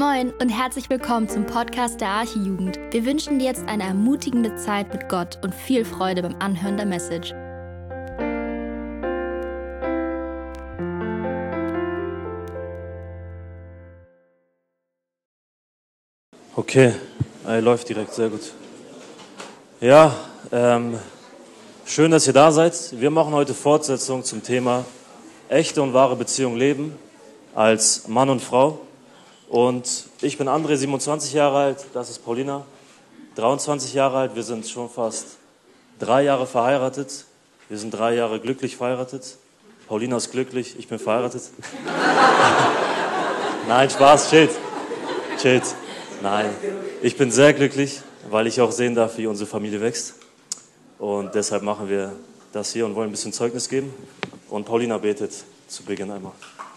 Moin und herzlich willkommen zum Podcast der Archijugend. Wir wünschen dir jetzt eine ermutigende Zeit mit Gott und viel Freude beim Anhören der Message. Okay, läuft direkt, sehr gut. Ja, schön, dass ihr da seid. Wir machen heute Fortsetzung zum Thema echte und wahre Beziehung leben als Mann und Frau. Und ich bin André, 27 Jahre alt, das ist Paulina, 23 Jahre alt. Wir sind schon fast 3 Jahre verheiratet. Wir sind 3 Jahre glücklich verheiratet. Paulina ist glücklich, ich bin verheiratet. Nein, Spaß, chillt. Nein, ich bin sehr glücklich, weil ich auch sehen darf, wie unsere Familie wächst. Und deshalb machen wir das hier und wollen ein bisschen Zeugnis geben. Und Paulina betet zu Beginn einmal.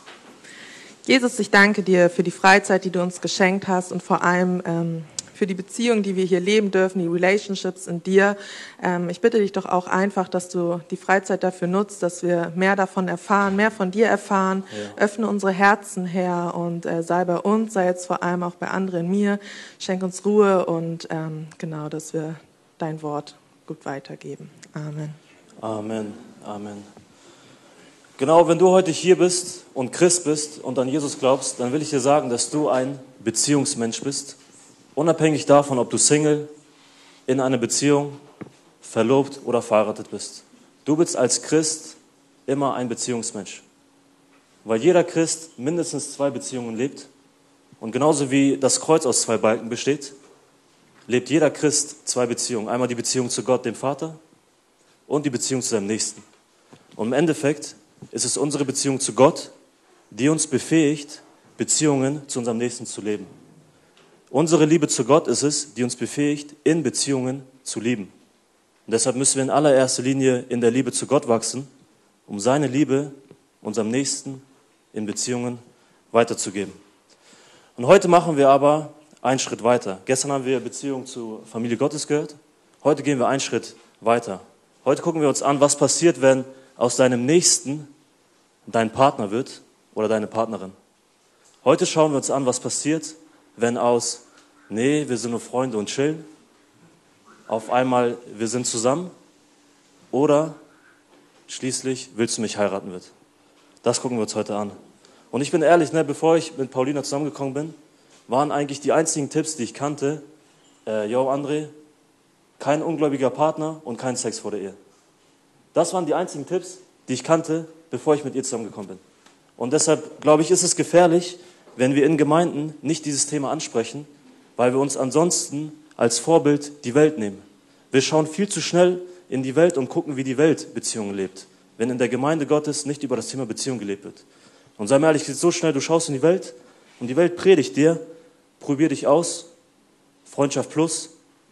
Jesus, ich danke dir für die Freizeit, die du uns geschenkt hast und vor allem für die Beziehungen, die wir hier leben dürfen, die Relationships in dir. Ich bitte dich doch auch einfach, dass du die Freizeit dafür nutzt, dass wir mehr davon erfahren, mehr von dir erfahren. Ja. Öffne unsere Herzen, Herr, und sei bei uns, sei jetzt vor allem auch bei anderen mir. Schenk uns Ruhe und genau, dass wir dein Wort gut weitergeben. Amen. Amen, Amen. Genau, wenn du heute hier bist und Christ bist und an Jesus glaubst, dann will ich dir sagen, dass du ein Beziehungsmensch bist. Unabhängig davon, ob du Single, in einer Beziehung, verlobt oder verheiratet bist. Du bist als Christ immer ein Beziehungsmensch. Weil jeder Christ mindestens 2 Beziehungen lebt. Und genauso wie das Kreuz aus 2 Balken besteht, lebt jeder Christ 2 Beziehungen. Einmal die Beziehung zu Gott, dem Vater, und die Beziehung zu seinem Nächsten. Und im Endeffekt ist es unsere Beziehung zu Gott, die uns befähigt, Beziehungen zu unserem Nächsten zu leben. Unsere Liebe zu Gott ist es, die uns befähigt, in Beziehungen zu lieben. Und deshalb müssen wir in allererster Linie in der Liebe zu Gott wachsen, um seine Liebe unserem Nächsten in Beziehungen weiterzugeben. Und heute machen wir aber einen Schritt weiter. Gestern haben wir Beziehung zur Familie Gottes gehört. Heute gehen wir einen Schritt weiter. Heute gucken wir uns an, was passiert, wenn aus deinem Nächsten dein Partner wird oder deine Partnerin. Heute schauen wir uns an, was passiert, wenn aus, nee, wir sind nur Freunde und chillen, auf einmal, wir sind zusammen oder schließlich, willst du mich heiraten wird. Das gucken wir uns heute an. Und ich bin ehrlich, bevor ich mit Paulina zusammengekommen bin, waren eigentlich die einzigen Tipps, die ich kannte, André, kein ungläubiger Partner und kein Sex vor der Ehe. Das waren die einzigen Tipps, die ich kannte, bevor ich mit ihr zusammengekommen bin. Und deshalb, glaube ich, ist es gefährlich, wenn wir in Gemeinden nicht dieses Thema ansprechen, weil wir uns ansonsten als Vorbild die Welt nehmen. Wir schauen viel zu schnell in die Welt und gucken, wie die Welt Beziehungen lebt, wenn in der Gemeinde Gottes nicht über das Thema Beziehung gelebt wird. Und sei mir ehrlich, es geht so schnell, du schaust in die Welt und die Welt predigt dir, probier dich aus, Freundschaft plus,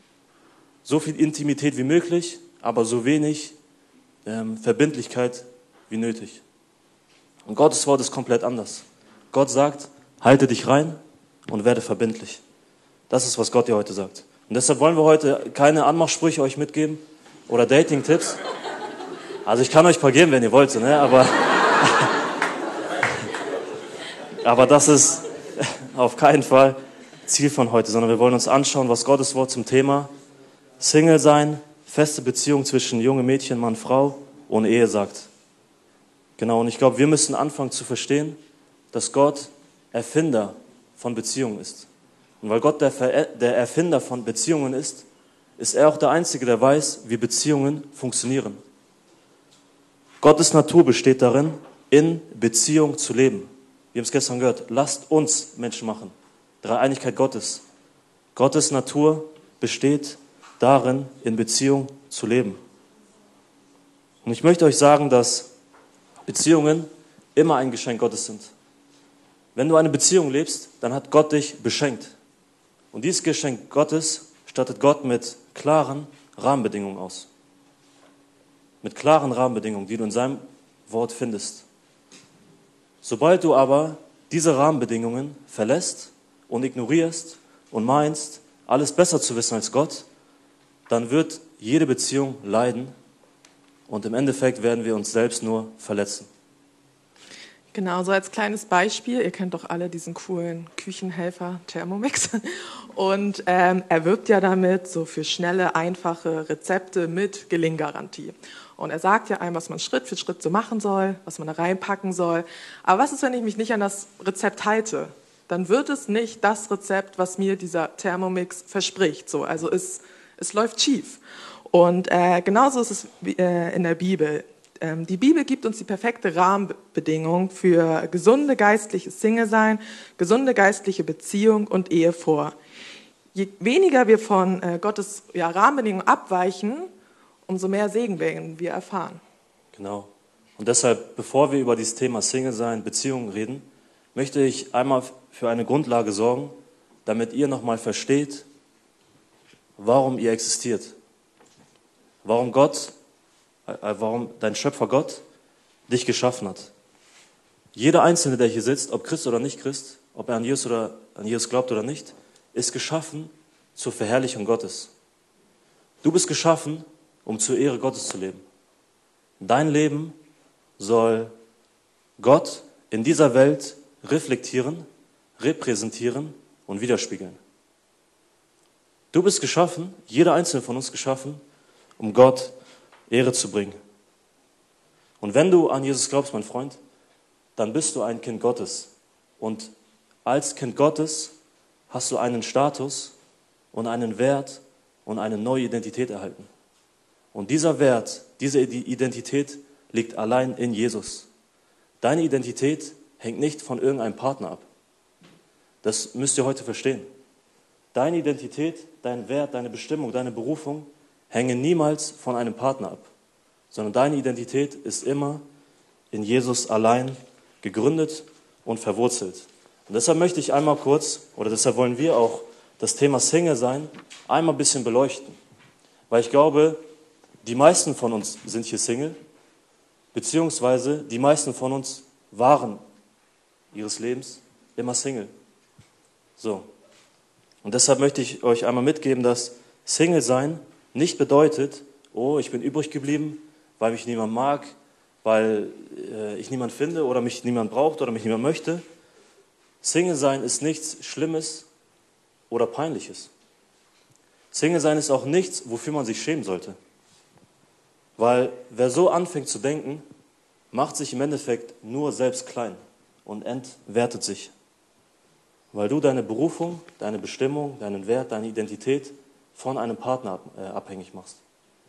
so viel Intimität wie möglich, aber so wenig Verbindlichkeit wie nötig. Und Gottes Wort ist komplett anders. Gott sagt, halte dich rein und werde verbindlich. Das ist, was Gott dir heute sagt. Und deshalb wollen wir heute keine Anmachsprüche euch mitgeben oder Dating-Tipps. Also ich kann euch ein paar geben, wenn ihr wollt, aber das ist auf keinen Fall Ziel von heute, sondern wir wollen uns anschauen, was Gottes Wort zum Thema Single sein, feste Beziehung zwischen junge Mädchen, Mann, Frau ohne Ehe sagt. Genau, und ich glaube, wir müssen anfangen zu verstehen, dass Gott Erfinder von Beziehungen ist. Und weil Gott der Erfinder von Beziehungen ist, ist er auch der Einzige, der weiß, wie Beziehungen funktionieren. Gottes Natur besteht darin, in Beziehung zu leben. Wir haben es gestern gehört, lasst uns Menschen machen. Dreieinigkeit Gottes. Gottes Natur besteht darin, in Beziehung zu leben. Und ich möchte euch sagen, dass Beziehungen immer ein Geschenk Gottes sind. Wenn du eine Beziehung lebst, dann hat Gott dich beschenkt. Und dieses Geschenk Gottes stattet Gott mit klaren Rahmenbedingungen aus. Mit klaren Rahmenbedingungen, die du in seinem Wort findest. Sobald du aber diese Rahmenbedingungen verlässt und ignorierst und meinst, alles besser zu wissen als Gott, dann wird jede Beziehung leiden und im Endeffekt werden wir uns selbst nur verletzen. Genau, so als kleines Beispiel, ihr kennt doch alle diesen coolen Küchenhelfer Thermomix und er wirbt ja damit so für schnelle, einfache Rezepte mit Gelinggarantie. Und er sagt ja einem, was man Schritt für Schritt so machen soll, was man da reinpacken soll. Aber was ist, wenn ich mich nicht an das Rezept halte? Dann wird es nicht das Rezept, was mir dieser Thermomix verspricht. So, also es läuft schief. Und genauso ist es in der Bibel. Die Bibel gibt uns die perfekte Rahmenbedingung für gesunde geistliche Single-Sein, gesunde geistliche Beziehung und Ehe vor. Je weniger wir von Gottes Rahmenbedingungen abweichen, umso mehr Segen werden wir erfahren. Genau. Und deshalb, bevor wir über dieses Thema Single-Sein, Beziehungen reden, möchte ich einmal für eine Grundlage sorgen, damit ihr nochmal versteht, warum ihr existiert. Warum dein Schöpfer Gott dich geschaffen hat. Jeder Einzelne, der hier sitzt, ob Christ oder nicht Christ, ob er an Jesus glaubt oder nicht, ist geschaffen zur Verherrlichung Gottes. Du bist geschaffen, um zur Ehre Gottes zu leben. Dein Leben soll Gott in dieser Welt reflektieren, repräsentieren und widerspiegeln. Du bist geschaffen, jeder Einzelne von uns geschaffen, um Gott Ehre zu bringen. Und wenn du an Jesus glaubst, mein Freund, dann bist du ein Kind Gottes. Und als Kind Gottes hast du einen Status und einen Wert und eine neue Identität erhalten. Und dieser Wert, diese Identität liegt allein in Jesus. Deine Identität hängt nicht von irgendeinem Partner ab. Das müsst ihr heute verstehen. Deine Identität, dein Wert, deine Bestimmung, deine Berufung hängen niemals von einem Partner ab, sondern deine Identität ist immer in Jesus allein gegründet und verwurzelt. Und deshalb möchte ich einmal kurz, oder deshalb wollen wir auch das Thema Single sein, einmal ein bisschen beleuchten. Weil ich glaube, die meisten von uns sind hier Single, beziehungsweise die meisten von uns waren ihres Lebens immer Single. So. Und deshalb möchte ich euch einmal mitgeben, dass Single sein nicht bedeutet, oh, ich bin übrig geblieben, weil mich niemand mag, weil ich niemand finde oder mich niemand braucht oder mich niemand möchte. Single sein ist nichts Schlimmes oder Peinliches. Single sein ist auch nichts, wofür man sich schämen sollte. Weil wer so anfängt zu denken, macht sich im Endeffekt nur selbst klein und entwertet sich. Weil du deine Berufung, deine Bestimmung, deinen Wert, deine Identität von einem Partner abhängig machst.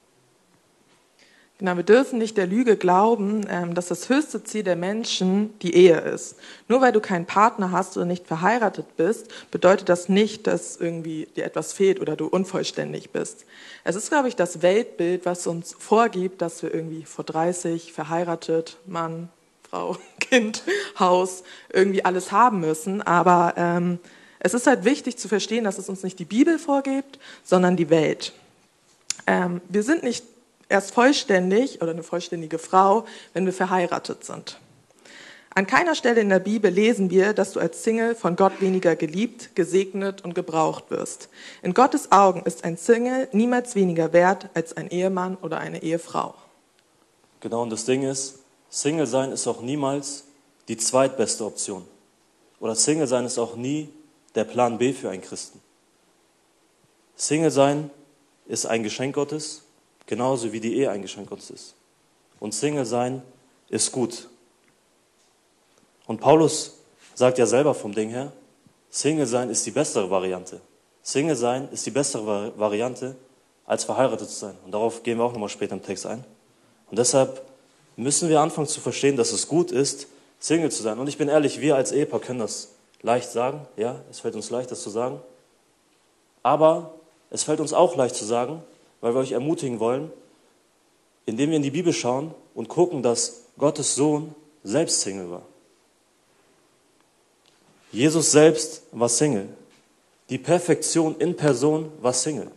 Genau, wir dürfen nicht der Lüge glauben, dass das höchste Ziel der Menschen die Ehe ist. Nur weil du keinen Partner hast oder nicht verheiratet bist, bedeutet das nicht, dass irgendwie dir etwas fehlt oder du unvollständig bist. Es ist, glaube ich, das Weltbild, was uns vorgibt, dass wir irgendwie vor 30 verheiratet, Mann, Frau, Kind, Haus, irgendwie alles haben müssen. Aber es ist halt wichtig zu verstehen, dass es uns nicht die Bibel vorgibt, sondern die Welt. Wir sind nicht erst vollständig oder eine vollständige Frau, wenn wir verheiratet sind. An keiner Stelle in der Bibel lesen wir, dass du als Single von Gott weniger geliebt, gesegnet und gebraucht wirst. In Gottes Augen ist ein Single niemals weniger wert als ein Ehemann oder eine Ehefrau. Genau, und das Ding ist, Single sein ist auch niemals die zweitbeste Option. Oder Single sein ist auch nie der Plan B für einen Christen. Single sein ist ein Geschenk Gottes, genauso wie die Ehe ein Geschenk Gottes ist. Und Single sein ist gut. Und Paulus sagt ja selber vom Ding her, Single sein ist die bessere Variante. Single sein ist die bessere Variante, als verheiratet zu sein. Und darauf gehen wir auch nochmal später im Text ein. Und deshalb müssen wir anfangen zu verstehen, dass es gut ist, Single zu sein. Und ich bin ehrlich, wir als Ehepaar können das leicht sagen. Ja, es fällt uns leicht, das zu sagen. Aber es fällt uns auch leicht zu sagen, weil wir euch ermutigen wollen, indem wir in die Bibel schauen und gucken, dass Gottes Sohn selbst Single war. Jesus selbst war Single. Die Perfektion in Person war Single.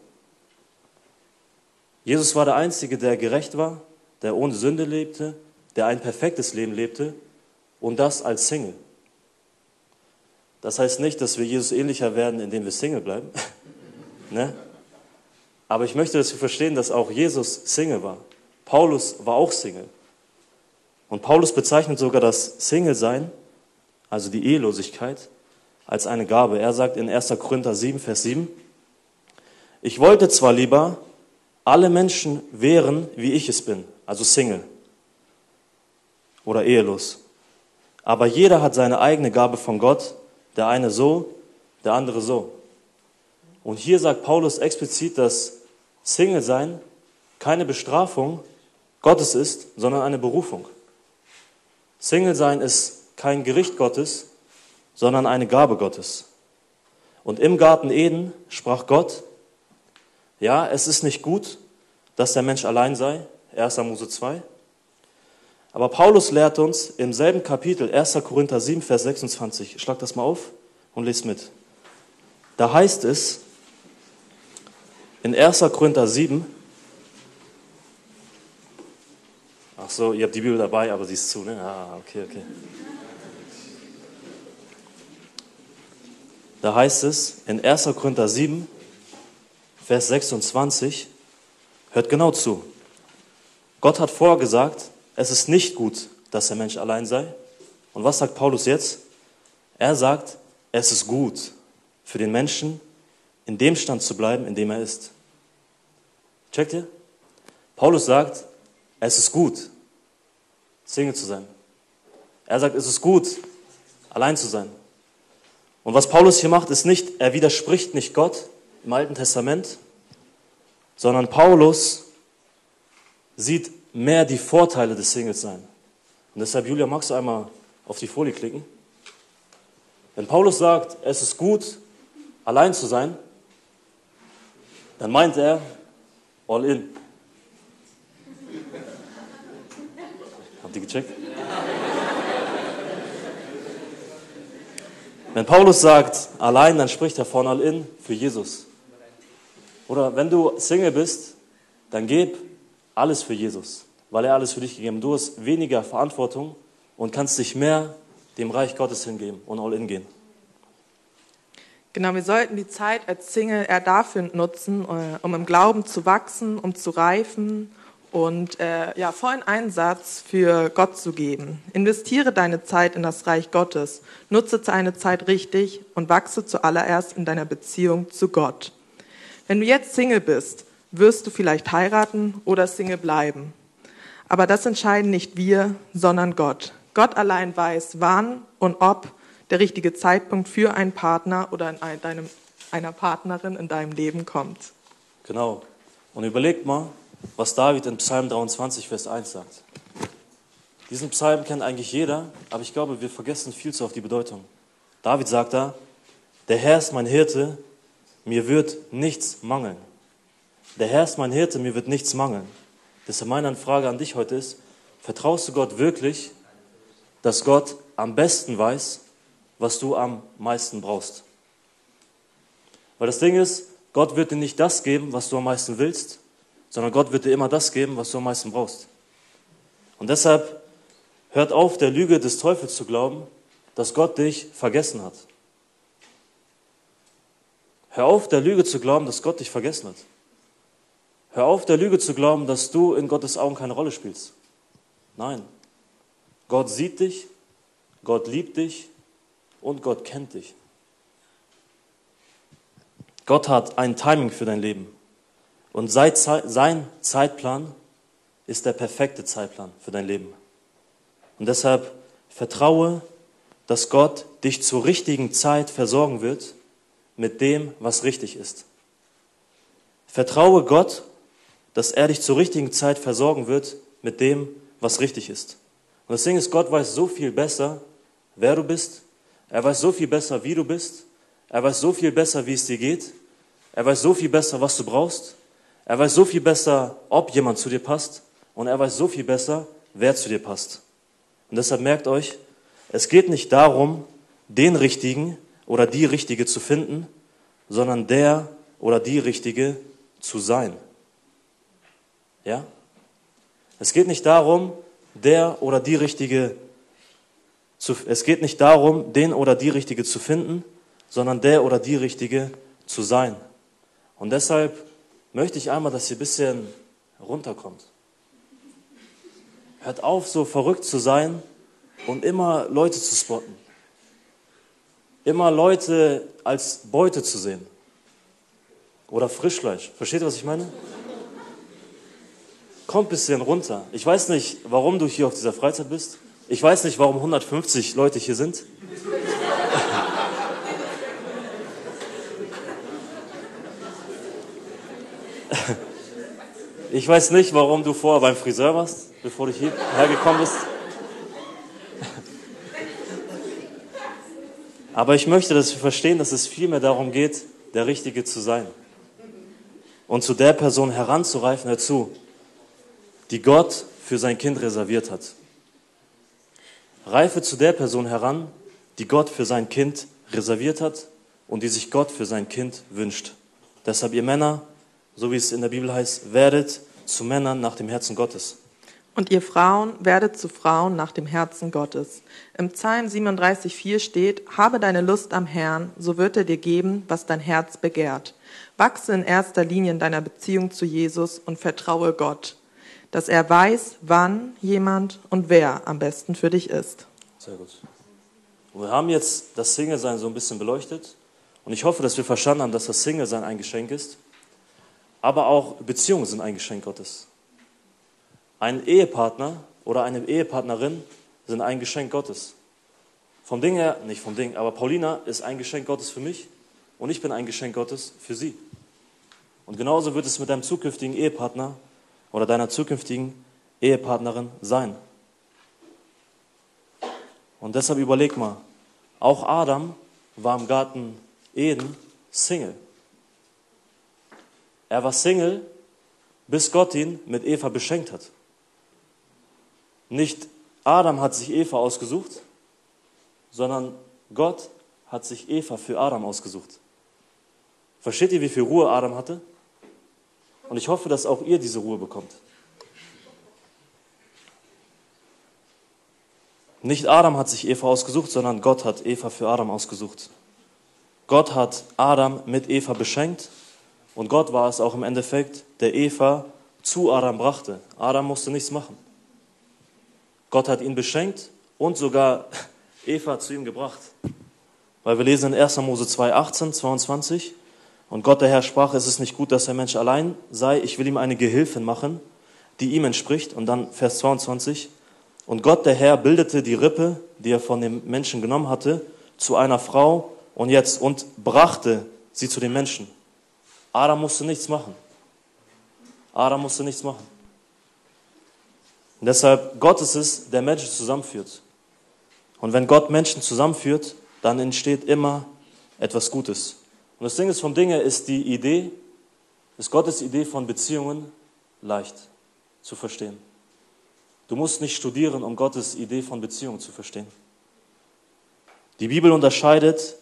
Jesus war der Einzige, der gerecht war, der ohne Sünde lebte, der ein perfektes Leben lebte und das als Single. Das heißt nicht, dass wir Jesus ähnlicher werden, indem wir Single bleiben. Ne? Aber ich möchte, dass wir verstehen, dass auch Jesus Single war. Paulus war auch Single. Und Paulus bezeichnet sogar das Single-Sein, also die Ehelosigkeit, als eine Gabe. Er sagt in 1. Korinther 7, Vers 7, ich wollte zwar lieber, alle Menschen wären, wie ich es bin, also Single oder ehelos. Aber jeder hat seine eigene Gabe von Gott, der eine so, der andere so. Und hier sagt Paulus explizit, dass Single-Sein keine Bestrafung Gottes ist, sondern eine Berufung. Single-Sein ist kein Gericht Gottes, sondern eine Gabe Gottes. Und im Garten Eden sprach Gott, ja, es ist nicht gut, dass der Mensch allein sei, 1. Mose 2. Aber Paulus lehrt uns im selben Kapitel, 1. Korinther 7, Vers 26, schlag das mal auf und lest mit. Da heißt es in 1. Korinther 7, ach so, ihr habt die Bibel dabei, aber sie ist zu, ne? Ah, okay. Da heißt es in 1. Korinther 7, Vers 26, hört genau zu. Gott hat vorher gesagt, es ist nicht gut, dass der Mensch allein sei. Und was sagt Paulus jetzt? Er sagt, es ist gut für den Menschen, in dem Stand zu bleiben, in dem er ist. Checkt ihr? Paulus sagt, es ist gut, Single zu sein. Er sagt, es ist gut, allein zu sein. Und was Paulus hier macht, ist nicht, er widerspricht nicht Gott im Alten Testament, sondern Paulus sieht mehr die Vorteile des Singles-Sein. Und deshalb, Julia, magst du einmal auf die Folie klicken? Wenn Paulus sagt, es ist gut, allein zu sein, dann meint er, all in. Habt ihr gecheckt? Wenn Paulus sagt, allein, dann spricht er von all in für Jesus. Oder wenn du Single bist, dann gib alles für Jesus, weil er alles für dich gegeben hat. Du hast weniger Verantwortung und kannst dich mehr dem Reich Gottes hingeben und all in gehen. Genau, wir sollten die Zeit als Single eher dafür nutzen, um im Glauben zu wachsen, um zu reifen und vollen Einsatz für Gott zu geben. Investiere deine Zeit in das Reich Gottes, nutze deine Zeit richtig und wachse zuallererst in deiner Beziehung zu Gott. Wenn du jetzt Single bist, wirst du vielleicht heiraten oder Single bleiben. Aber das entscheiden nicht wir, sondern Gott. Gott allein weiß, wann und ob der richtige Zeitpunkt für einen Partner oder einer Partnerin in deinem Leben kommt. Genau. Und überlegt mal, was David in Psalm 23, Vers 1 sagt. Diesen Psalm kennt eigentlich jeder, aber ich glaube, wir vergessen viel zu oft die Bedeutung. David sagt da, der Herr ist mein Hirte, mir wird nichts mangeln. Der Herr ist mein Hirte, mir wird nichts mangeln. Deshalb meine Frage an dich heute ist, vertraust du Gott wirklich, dass Gott am besten weiß, was du am meisten brauchst? Weil das Ding ist, Gott wird dir nicht das geben, was du am meisten willst, sondern Gott wird dir immer das geben, was du am meisten brauchst. Und deshalb hört auf, der Lüge des Teufels zu glauben, dass Gott dich vergessen hat. Hör auf, der Lüge zu glauben, dass Gott dich vergessen hat. Hör auf, der Lüge zu glauben, dass du in Gottes Augen keine Rolle spielst. Nein. Gott sieht dich, Gott liebt dich und Gott kennt dich. Gott hat ein Timing für dein Leben. Und sein Zeitplan ist der perfekte Zeitplan für dein Leben. Und deshalb vertraue, dass Gott dich zur richtigen Zeit versorgen wird mit dem, was richtig ist. Vertraue Gott, dass er dich zur richtigen Zeit versorgen wird mit dem, was richtig ist. Und das Ding ist, Gott weiß so viel besser, wer du bist. Er weiß so viel besser, wie du bist. Er weiß so viel besser, wie es dir geht. Er weiß so viel besser, was du brauchst. Er weiß so viel besser, ob jemand zu dir passt. Und er weiß so viel besser, wer zu dir passt. Und deshalb merkt euch, es geht nicht darum, den Richtigen oder die Richtige zu finden, sondern der oder die Richtige zu sein. Ja? Es geht nicht darum, den oder die Richtige zu finden, sondern der oder die Richtige zu sein. Und deshalb möchte ich einmal, dass ihr ein bisschen runterkommt. Hört auf, so verrückt zu sein und immer Leute zu spotten. Immer Leute als Beute zu sehen. Oder Frischfleisch. Versteht ihr, was ich meine? Kommt ein bisschen runter. Ich weiß nicht, warum du hier auf dieser Freizeit bist. Ich weiß nicht, warum 150 Leute hier sind. Ich weiß nicht, warum du vorher beim Friseur warst, bevor du hierher gekommen bist. Aber ich möchte, dass wir verstehen, dass es vielmehr darum geht, der Richtige zu sein. Und zu der Person heranzureifen, dazu, die Gott für sein Kind reserviert hat. Reife zu der Person heran, die Gott für sein Kind reserviert hat und die sich Gott für sein Kind wünscht. Deshalb ihr Männer, so wie es in der Bibel heißt, werdet zu Männern nach dem Herzen Gottes. Und ihr Frauen, werdet zu Frauen nach dem Herzen Gottes. Im Psalm 37,4 steht, habe deine Lust am Herrn, so wird er dir geben, was dein Herz begehrt. Wachse in erster Linie in deiner Beziehung zu Jesus und vertraue Gott, dass er weiß, wann jemand und wer am besten für dich ist. Sehr gut. Und wir haben jetzt das Single-Sein so ein bisschen beleuchtet. Und ich hoffe, dass wir verstanden haben, dass das Single-Sein ein Geschenk ist. Aber auch Beziehungen sind ein Geschenk Gottes. Ein Ehepartner oder eine Ehepartnerin sind ein Geschenk Gottes. Vom Ding her, nicht vom Ding, aber Paulina ist ein Geschenk Gottes für mich und ich bin ein Geschenk Gottes für sie. Und genauso wird es mit deinem zukünftigen Ehepartner oder deiner zukünftigen Ehepartnerin sein. Und deshalb überleg mal, auch Adam war im Garten Eden Single. Er war Single, bis Gott ihn mit Eva beschenkt hat. Nicht Adam hat sich Eva ausgesucht, sondern Gott hat sich Eva für Adam ausgesucht. Versteht ihr, wie viel Ruhe Adam hatte? Und ich hoffe, dass auch ihr diese Ruhe bekommt. Nicht Adam hat sich Eva ausgesucht, sondern Gott hat Eva für Adam ausgesucht. Gott hat Adam mit Eva beschenkt und Gott war es auch im Endeffekt, der Eva zu Adam brachte. Adam musste nichts machen. Gott hat ihn beschenkt und sogar Eva zu ihm gebracht. Weil wir lesen in 1. Mose 2, 18, 22. Und Gott, der Herr, sprach, es ist nicht gut, dass der Mensch allein sei. Ich will ihm eine Gehilfin machen, die ihm entspricht. Und dann Vers 22. Und Gott, der Herr, bildete die Rippe, die er von dem Menschen genommen hatte, zu einer Frau und brachte sie zu dem Menschen. Adam musste nichts machen. Adam musste nichts machen. Und deshalb, Gott ist es, der Menschen zusammenführt. Und wenn Gott Menschen zusammenführt, dann entsteht immer etwas Gutes. Und das Ding ist vom Dinge, ist Gottes Idee von Beziehungen leicht zu verstehen. Du musst nicht studieren, um Gottes Idee von Beziehungen zu verstehen. Die Bibel unterscheidet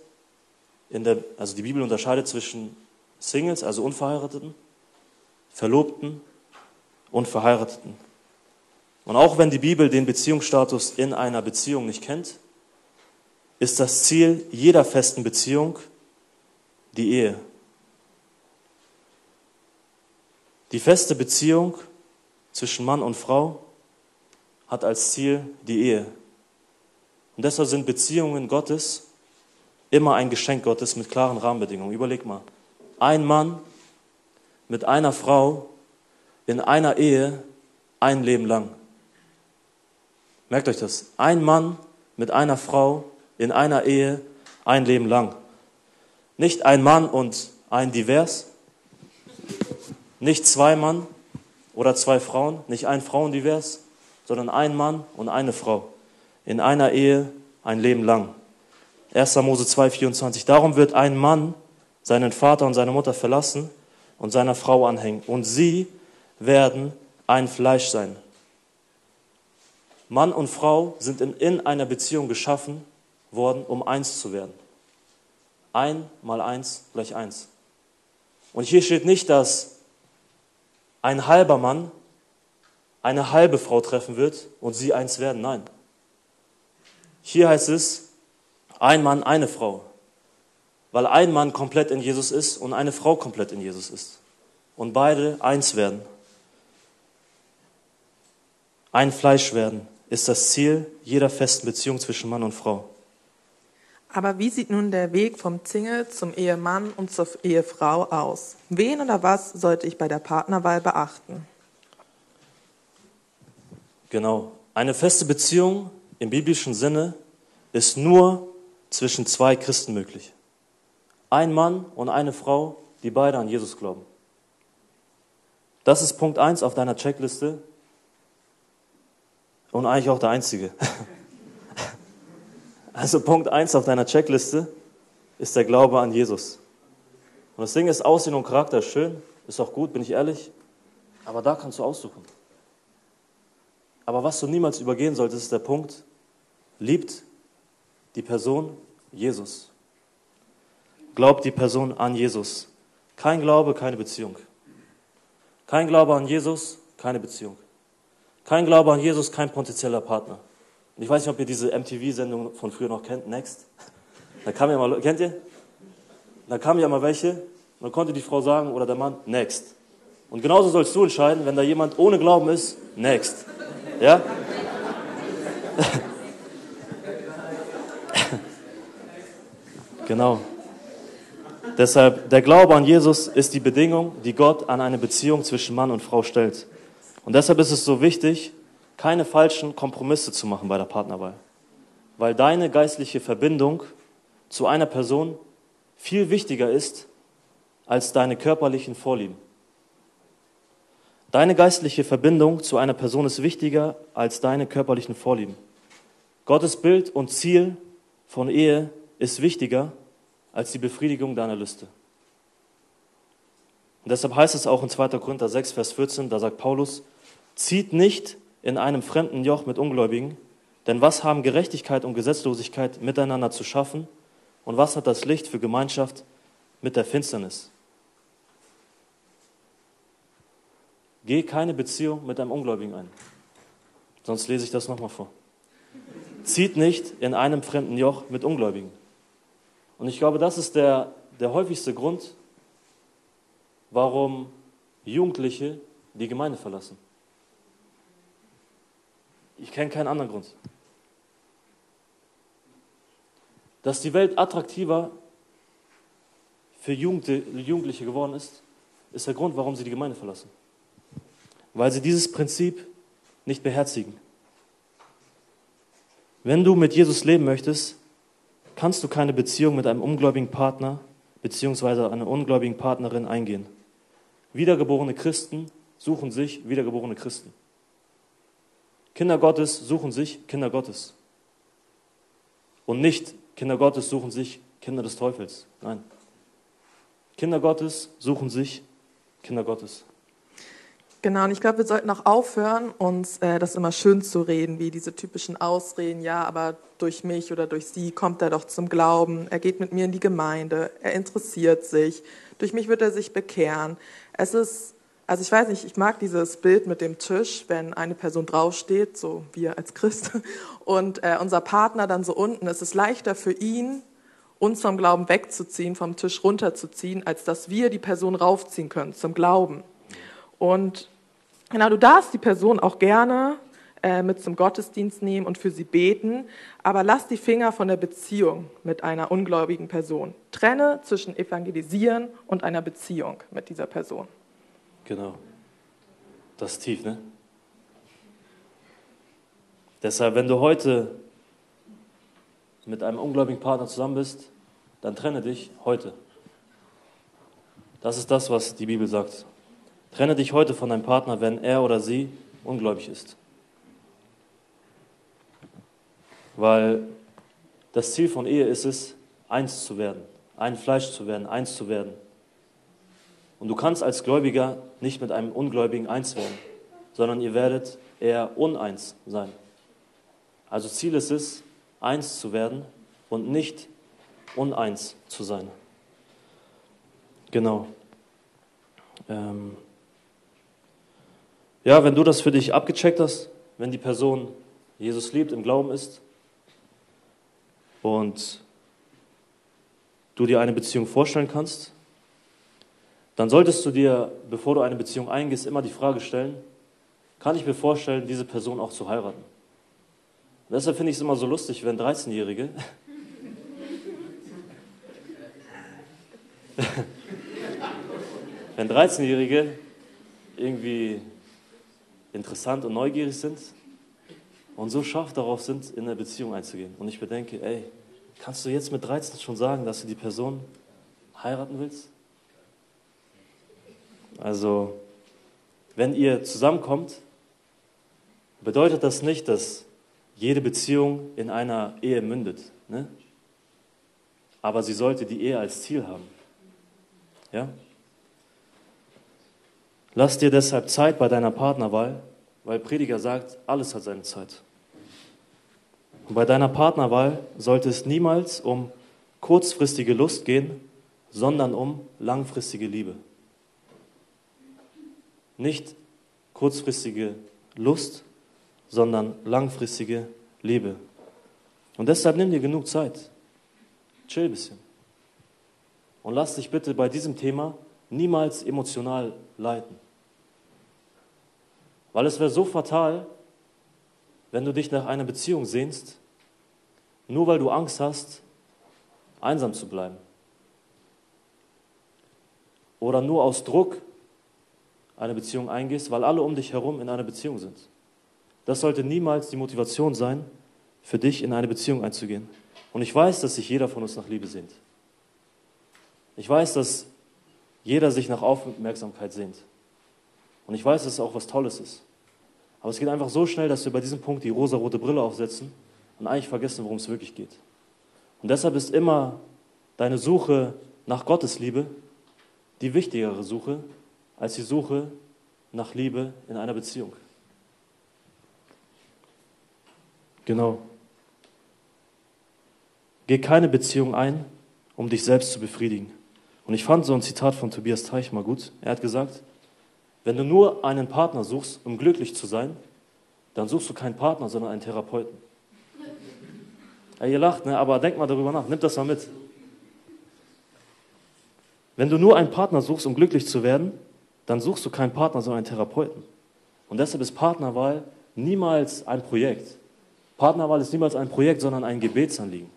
zwischen Singles, also Unverheirateten, Verlobten und Verheirateten. Und auch wenn die Bibel den Beziehungsstatus in einer Beziehung nicht kennt, ist das Ziel jeder festen Beziehung die Ehe. Die feste Beziehung zwischen Mann und Frau hat als Ziel die Ehe. Und deshalb sind Beziehungen Gottes immer ein Geschenk Gottes mit klaren Rahmenbedingungen. Überleg mal, ein Mann mit einer Frau in einer Ehe ein Leben lang. Merkt euch das. Ein Mann mit einer Frau in einer Ehe ein Leben lang. Nicht ein Mann und ein Divers. Nicht zwei Mann oder zwei Frauen. Nicht ein Frauendivers, sondern ein Mann und eine Frau. In einer Ehe ein Leben lang. 1. Mose 2, 24. Darum wird ein Mann seinen Vater und seine Mutter verlassen und seiner Frau anhängen. Und sie werden ein Fleisch sein. Mann und Frau sind in einer Beziehung geschaffen worden, um eins zu werden. 1 mal 1 gleich 1. Und hier steht nicht, dass ein halber Mann eine halbe Frau treffen wird und sie eins werden. Nein. Hier heißt es, ein Mann, eine Frau. Weil ein Mann komplett in Jesus ist und eine Frau komplett in Jesus ist. Und beide eins werden. ein Fleisch werden, ist das Ziel jeder festen Beziehung zwischen Mann und Frau. Aber wie sieht nun der Weg vom Single zum Ehemann und zur Ehefrau aus? Wen oder was sollte ich bei der Partnerwahl beachten? Genau. Eine feste Beziehung im biblischen Sinne ist nur zwischen zwei Christen möglich. Ein Mann und eine Frau, die beide an Jesus glauben. Das ist Punkt 1 auf deiner Checkliste und eigentlich auch der einzige. Also Punkt 1 auf deiner Checkliste ist der Glaube an Jesus. Und das Ding ist, Aussehen und Charakter ist schön, ist auch gut, bin ich ehrlich, aber da kannst du aussuchen. Aber was du niemals übergehen solltest, ist der Punkt, liebt die Person Jesus. Glaubt die Person an Jesus. Kein Glaube, keine Beziehung. Kein Glaube an Jesus, keine Beziehung. Kein Glaube an Jesus, kein potenzieller Partner. Und ich weiß nicht, ob ihr diese MTV-Sendung von früher noch kennt, Next. Da kam ja mal, kennt ihr? Da kamen ja mal welche, und dann konnte die Frau sagen, oder der Mann, Next. Und genauso sollst du entscheiden, wenn da jemand ohne Glauben ist, Next. Ja? Genau. Deshalb, der Glaube an Jesus ist die Bedingung, die Gott an eine Beziehung zwischen Mann und Frau stellt. Und deshalb ist es so wichtig, keine falschen Kompromisse zu machen bei der Partnerwahl. Weil deine geistliche Verbindung zu einer Person viel wichtiger ist als deine körperlichen Vorlieben. Deine geistliche Verbindung zu einer Person ist wichtiger als deine körperlichen Vorlieben. Gottes Bild und Ziel von Ehe ist wichtiger als die Befriedigung deiner Lüste. Und deshalb heißt es auch in 2. Korinther 6, Vers 14, da sagt Paulus, zieht nicht in einem fremden Joch mit Ungläubigen, denn was haben Gerechtigkeit und Gesetzlosigkeit miteinander zu schaffen und was hat das Licht für Gemeinschaft mit der Finsternis? Geh keine Beziehung mit einem Ungläubigen ein. Sonst lese ich das nochmal vor. Zieht nicht in einem fremden Joch mit Ungläubigen. Und ich glaube, das ist der häufigste Grund, warum Jugendliche die Gemeinde verlassen. Ich kenne keinen anderen Grund. Dass die Welt attraktiver für Jugendliche geworden ist, ist der Grund, warum sie die Gemeinde verlassen. Weil sie dieses Prinzip nicht beherzigen. Wenn du mit Jesus leben möchtest, kannst du keine Beziehung mit einem ungläubigen Partner bzw. einer ungläubigen Partnerin eingehen. Wiedergeborene Christen suchen sich wiedergeborene Christen. Kinder Gottes suchen sich Kinder Gottes. Und nicht Kinder Gottes suchen sich Kinder des Teufels. Nein. Kinder Gottes suchen sich Kinder Gottes. Genau, und ich glaube, wir sollten auch aufhören, uns das immer schön zu reden, wie diese typischen Ausreden, ja, aber durch mich oder durch sie kommt er doch zum Glauben, er geht mit mir in die Gemeinde, er interessiert sich, durch mich wird er sich bekehren. Es ist, also ich weiß nicht, ich mag dieses Bild mit dem Tisch, wenn eine Person draufsteht, so wir als Christ, und unser Partner dann so unten. Es ist leichter für ihn, uns vom Glauben wegzuziehen, vom Tisch runterzuziehen, als dass wir die Person raufziehen können zum Glauben. Und genau, du darfst die Person auch gerne mit zum Gottesdienst nehmen und für sie beten, aber lass die Finger von der Beziehung mit einer ungläubigen Person. Trenne zwischen Evangelisieren und einer Beziehung mit dieser Person. Genau. Das ist tief, ne? Deshalb, wenn du heute mit einem ungläubigen Partner zusammen bist, dann trenne dich heute. Das ist das, was die Bibel sagt. Trenne dich heute von deinem Partner, wenn er oder sie ungläubig ist. Weil das Ziel von Ehe ist es, eins zu werden, ein Fleisch zu werden, eins zu werden. Und du kannst als Gläubiger nicht mit einem Ungläubigen eins werden, sondern ihr werdet eher uneins sein. Also Ziel ist es, eins zu werden und nicht uneins zu sein. Genau. Ja, wenn du das für dich abgecheckt hast, wenn die Person Jesus liebt, im Glauben ist und du dir eine Beziehung vorstellen kannst, dann solltest du dir, bevor du eine Beziehung eingehst, immer die Frage stellen, kann ich mir vorstellen, diese Person auch zu heiraten. Und deshalb finde ich es immer so lustig, wenn 13-Jährige wenn 13-Jährige irgendwie interessant und neugierig sind und so scharf darauf sind, in eine Beziehung einzugehen. Und ich bedenke, ey, kannst du jetzt mit 13 schon sagen, dass du die Person heiraten willst? Also, wenn ihr zusammenkommt, bedeutet das nicht, dass jede Beziehung in einer Ehe mündet. Ne? Aber sie sollte die Ehe als Ziel haben. Ja? Lass dir deshalb Zeit bei deiner Partnerwahl, weil Prediger sagt, alles hat seine Zeit. Und bei deiner Partnerwahl sollte es niemals um kurzfristige Lust gehen, sondern um langfristige Liebe. Nicht kurzfristige Lust, sondern langfristige Liebe. Und deshalb nimm dir genug Zeit. Chill ein bisschen. Und lass dich bitte bei diesem Thema niemals emotional leiten. Weil es wäre so fatal, wenn du dich nach einer Beziehung sehnst, nur weil du Angst hast, einsam zu bleiben. Oder nur aus Druck eine Beziehung eingehst, weil alle um dich herum in einer Beziehung sind. Das sollte niemals die Motivation sein, für dich in eine Beziehung einzugehen. Und ich weiß, dass sich jeder von uns nach Liebe sehnt. Ich weiß, dass jeder sich nach Aufmerksamkeit sehnt. Und ich weiß, dass es auch was Tolles ist. Aber es geht einfach so schnell, dass wir bei diesem Punkt die rosarote Brille aufsetzen und eigentlich vergessen, worum es wirklich geht. Und deshalb ist immer deine Suche nach Gottes Liebe die wichtigere Suche als die Suche nach Liebe in einer Beziehung. Genau. Geh keine Beziehung ein, um dich selbst zu befriedigen. Und ich fand so ein Zitat von Tobias Teich mal gut. Er hat gesagt, wenn du nur einen Partner suchst, um glücklich zu sein, dann suchst du keinen Partner, sondern einen Therapeuten. Ja, ihr lacht, ne? Aber denkt mal darüber nach, nimm das mal mit. Wenn du nur einen Partner suchst, um glücklich zu werden, dann suchst du keinen Partner, sondern einen Therapeuten. Und deshalb ist Partnerwahl niemals ein Projekt. Partnerwahl ist niemals ein Projekt, sondern ein Gebetsanliegen.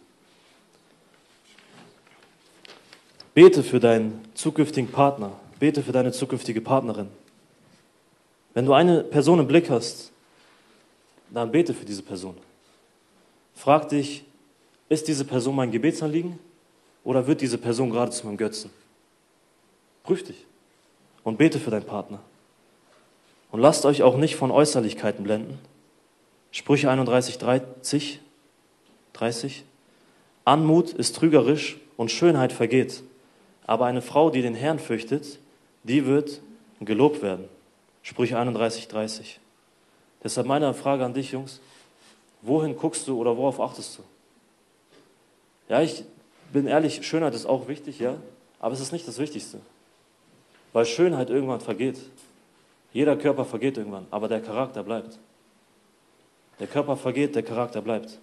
Bete für deinen zukünftigen Partner. Bete für deine zukünftige Partnerin. Wenn du eine Person im Blick hast, dann bete für diese Person. Frag dich, ist diese Person mein Gebetsanliegen oder wird diese Person gerade zu meinem Götzen? Prüf dich und bete für deinen Partner. Und lasst euch auch nicht von Äußerlichkeiten blenden. Sprüche 31, 30. Anmut ist trügerisch und Schönheit vergeht. Aber eine Frau, die den Herrn fürchtet, die wird gelobt werden. Sprüche 31, 30. Deshalb meine Frage an dich, Jungs. Wohin guckst du oder worauf achtest du? Ja, ich bin ehrlich, Schönheit ist auch wichtig, ja, aber es ist nicht das Wichtigste. Weil Schönheit irgendwann vergeht. Jeder Körper vergeht irgendwann, aber der Charakter bleibt. Der Körper vergeht, der Charakter bleibt.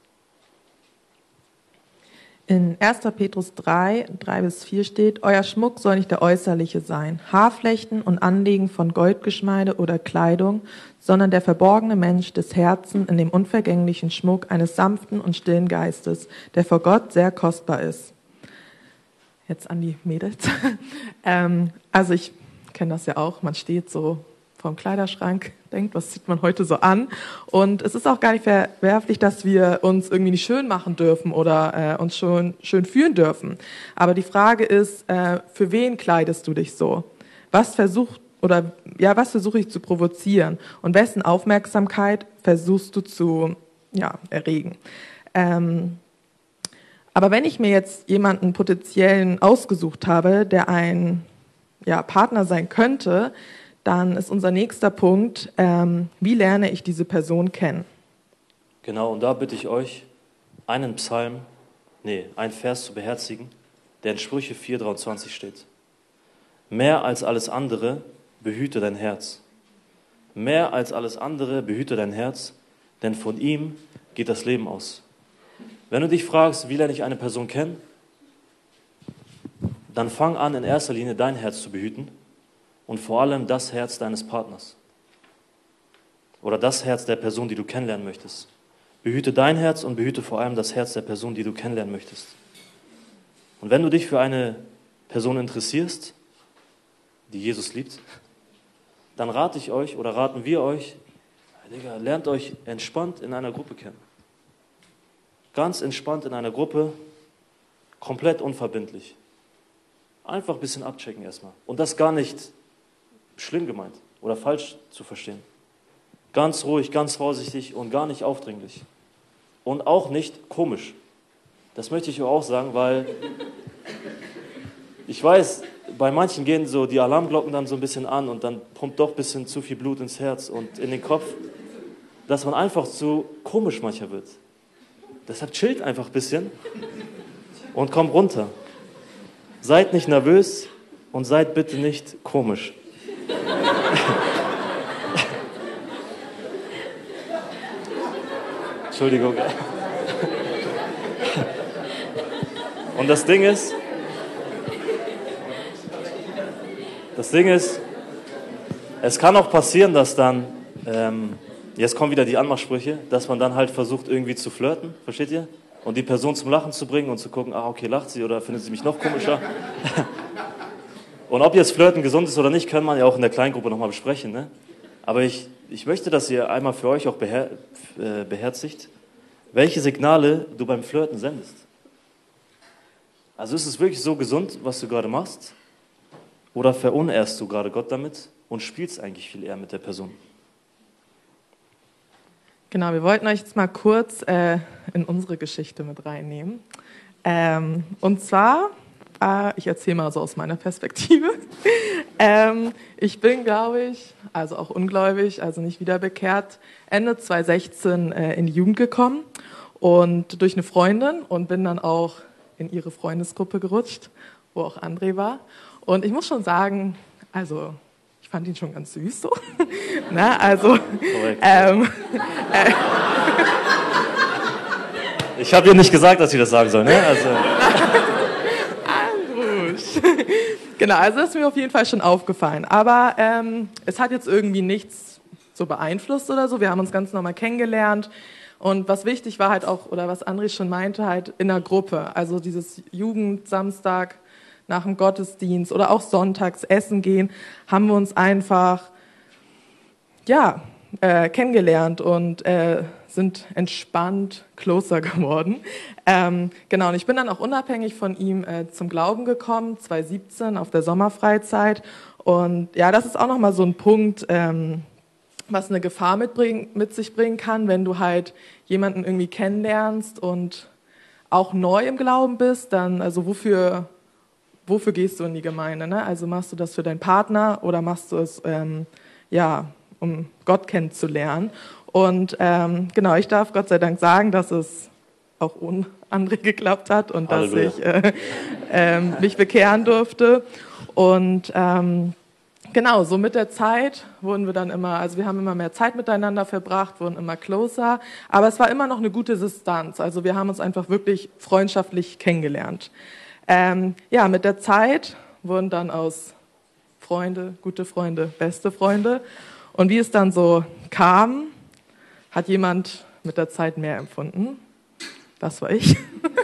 In 1. Petrus 3:3-4 steht, euer Schmuck soll nicht der äußerliche sein, Haarflechten und Anlegen von Goldgeschmeide oder Kleidung, sondern der verborgene Mensch des Herzens in dem unvergänglichen Schmuck eines sanften und stillen Geistes, der vor Gott sehr kostbar ist. Jetzt an die Mädels. Also ich kenne das ja auch, man steht so vorm Kleiderschrank, denkt, was zieht man heute so an? Und es ist auch gar nicht verwerflich, dass wir uns irgendwie nicht schön machen dürfen oder uns schon schön fühlen dürfen. Aber die Frage ist, für wen kleidest du dich so? Was versuche ich zu provozieren? Und wessen Aufmerksamkeit versuchst du zu erregen? Aber wenn ich mir jetzt jemanden potenziellen ausgesucht habe, der ein Partner sein könnte, dann ist unser nächster Punkt, wie lerne ich diese Person kennen? Genau, und da bitte ich euch, einen Vers zu beherzigen, der in Sprüche 4,23 steht. Mehr als alles andere behüte dein Herz. Mehr als alles andere behüte dein Herz, denn von ihm geht das Leben aus. Wenn du dich fragst, wie lerne ich eine Person kennen, dann fang an, in erster Linie dein Herz zu behüten und vor allem das Herz deines Partners. oder das Herz der Person, die du kennenlernen möchtest. Behüte dein Herz und behüte vor allem das Herz der Person, die du kennenlernen möchtest. Und wenn du dich für eine Person interessierst, die Jesus liebt, dann rate ich euch oder raten wir euch, Digga, lernt euch entspannt in einer Gruppe kennen. Ganz entspannt in einer Gruppe, komplett unverbindlich. Einfach ein bisschen abchecken erstmal. Und das gar nicht schlimm gemeint oder falsch zu verstehen. Ganz ruhig, ganz vorsichtig und gar nicht aufdringlich. Und auch nicht komisch. Das möchte ich auch sagen, weil ich weiß, bei manchen gehen so die Alarmglocken dann so ein bisschen an und dann pumpt doch ein bisschen zu viel Blut ins Herz und in den Kopf, dass man einfach zu komisch mancher wird. Deshalb chillt einfach ein bisschen und kommt runter. Seid nicht nervös und seid bitte nicht komisch. Entschuldigung. Und das Ding ist, es kann auch passieren, dass dann, jetzt kommen wieder die Anmachsprüche, dass man dann halt versucht irgendwie zu flirten, versteht ihr? Und die Person zum Lachen zu bringen und zu gucken, okay, lacht sie oder findet sie mich noch komischer? Und ob jetzt Flirten gesund ist oder nicht, kann man ja auch in der Kleingruppe nochmal besprechen, ne? Aber ich möchte, dass ihr einmal für euch auch beherzigt, welche Signale du beim Flirten sendest. Also ist es wirklich so gesund, was du gerade machst? Oder verunehrst du gerade Gott damit und spielst eigentlich viel eher mit der Person? Genau, wir wollten euch jetzt mal kurz in unsere Geschichte mit reinnehmen. Und zwar, ich erzähle mal so aus meiner Perspektive. Ich bin, glaube ich, also auch ungläubig, also nicht wiederbekehrt, Ende 2016 in die Jugend gekommen und durch eine Freundin und bin dann auch in ihre Freundesgruppe gerutscht, wo auch André war. Und ich muss schon sagen, also ich fand ihn schon ganz süß so. Na, also, ich habe ihr nicht gesagt, dass sie das sagen soll, ne? Also. Genau, also das ist mir auf jeden Fall schon aufgefallen. Aber es hat jetzt irgendwie nichts so beeinflusst oder so. Wir haben uns ganz normal kennengelernt. Und was wichtig war halt auch, oder was André schon meinte, halt in der Gruppe. Also dieses Jugendsamstag nach dem Gottesdienst oder auch sonntags essen gehen, haben wir uns einfach, kennengelernt und sind entspannt closer geworden. Genau, und ich bin dann auch unabhängig von ihm zum Glauben gekommen, 2017 auf der Sommerfreizeit. Und ja, das ist auch nochmal so ein Punkt, was eine Gefahr mit sich bringen kann, wenn du halt jemanden irgendwie kennenlernst und auch neu im Glauben bist, dann, also wofür gehst du in die Gemeinde? Ne? Also machst du das für deinen Partner oder machst du es, um Gott kennenzulernen? Und genau, ich darf Gott sei Dank sagen, dass es auch ohne André geklappt hat und Halleluja. Dass ich mich bekehren durfte. Und genau, so mit der Zeit wurden wir dann immer, also wir haben immer mehr Zeit miteinander verbracht, wurden immer closer, aber es war immer noch eine gute Distanz. Also wir haben uns einfach wirklich freundschaftlich kennengelernt. Mit der Zeit wurden dann aus Freunde, gute Freunde, beste Freunde. Und wie es dann so kam, hat jemand mit der Zeit mehr empfunden. Das war ich.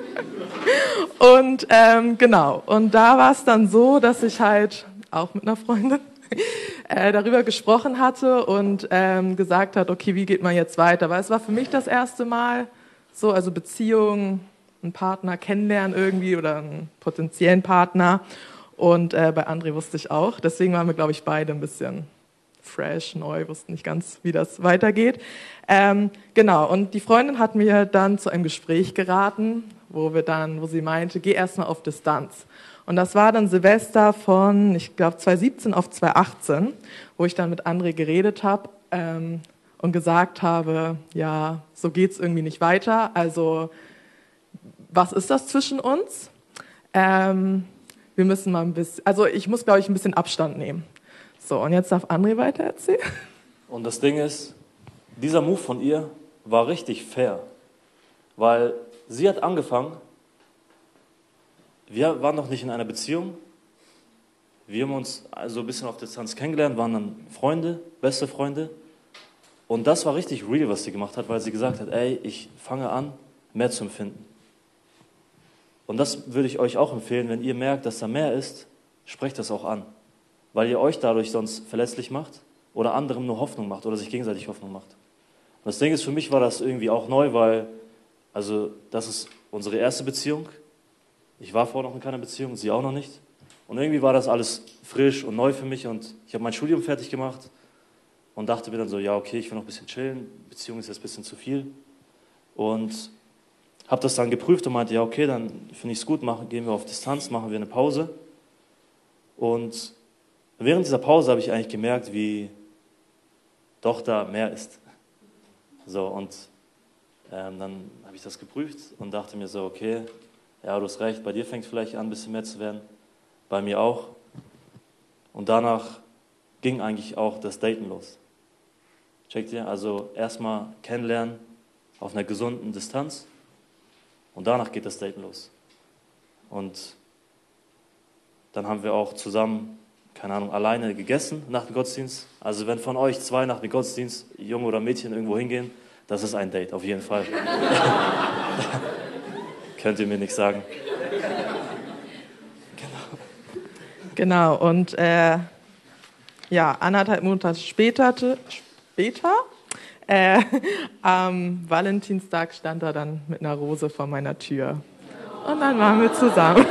Und genau, und da war es dann so, dass ich halt auch mit einer Freundin darüber gesprochen hatte und gesagt hat, okay, wie geht man jetzt weiter? Weil es war für mich das erste Mal so, also Beziehung, einen Partner kennenlernen irgendwie oder einen potenziellen Partner. Und bei André wusste ich auch. Deswegen waren wir, glaube ich, beide ein bisschen fresh, neu, wussten nicht ganz, wie das weitergeht. Genau, und die Freundin hat mir dann zu einem Gespräch geraten, wo sie meinte, geh erstmal auf Distanz. Und das war dann Silvester von, ich glaube, 2017 auf 2018, wo ich dann mit André geredet habe und gesagt habe, ja, so geht's irgendwie nicht weiter. Also, was ist das zwischen uns? Wir müssen mal ein bisschen, also ich muss, glaube ich, ein bisschen Abstand nehmen. So, und jetzt darf André weiter erzählen. Und das Ding ist, dieser Move von ihr war richtig fair, weil sie hat angefangen, wir waren noch nicht in einer Beziehung, wir haben uns also ein bisschen auf Distanz kennengelernt, waren dann Freunde, beste Freunde. Und das war richtig real, was sie gemacht hat, weil sie gesagt hat, ey, ich fange an, mehr zu empfinden. Und das würde ich euch auch empfehlen, wenn ihr merkt, dass da mehr ist, sprecht das auch an. Weil ihr euch dadurch sonst verletzlich macht oder anderem nur Hoffnung macht oder sich gegenseitig Hoffnung macht. Und das Ding ist, für mich war das irgendwie auch neu, weil, also das ist unsere erste Beziehung. Ich war vorher noch in keiner Beziehung, sie auch noch nicht. Und irgendwie war das alles frisch und neu für mich und ich habe mein Studium fertig gemacht und dachte mir dann so, ja okay, ich will noch ein bisschen chillen, Beziehung ist jetzt ein bisschen zu viel. Und habe das dann geprüft und meinte, ja okay, dann finde ich es gut, gehen wir auf Distanz, machen wir eine Pause. Und während dieser Pause habe ich eigentlich gemerkt, wie doch da mehr ist. So, und dann habe ich das geprüft und dachte mir so, okay, ja, du hast recht, bei dir fängt es vielleicht an, ein bisschen mehr zu werden, bei mir auch. Und danach ging eigentlich auch das Daten los. Checkt ihr? Also erstmal kennenlernen auf einer gesunden Distanz und danach geht das Daten los. Und dann haben wir auch zusammen, keine Ahnung, alleine gegessen nach dem Gottesdienst. Also wenn von euch 2 nach dem Gottesdienst, Junge oder Mädchen, irgendwo hingehen, das ist ein Date, auf jeden Fall. Könnt ihr mir nicht sagen. Genau, und ja, 1,5 Monate später, am Valentinstag stand er dann mit einer Rose vor meiner Tür. Und dann waren wir zusammen.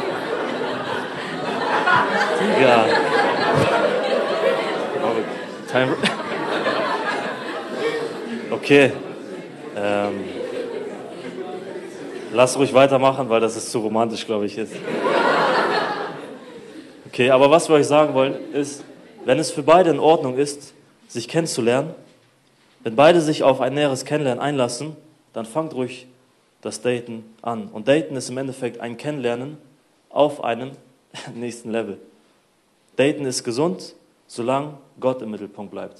Ja. Okay. Lass ruhig weitermachen, weil das ist zu romantisch, glaube ich, jetzt. Okay, aber was wir euch sagen wollen, ist, wenn es für beide in Ordnung ist, sich kennenzulernen, wenn beide sich auf ein näheres Kennenlernen einlassen, dann fangt ruhig das Daten an. Und Daten ist im Endeffekt ein Kennenlernen auf einem nächsten Level. Daten ist gesund, solange Gott im Mittelpunkt bleibt.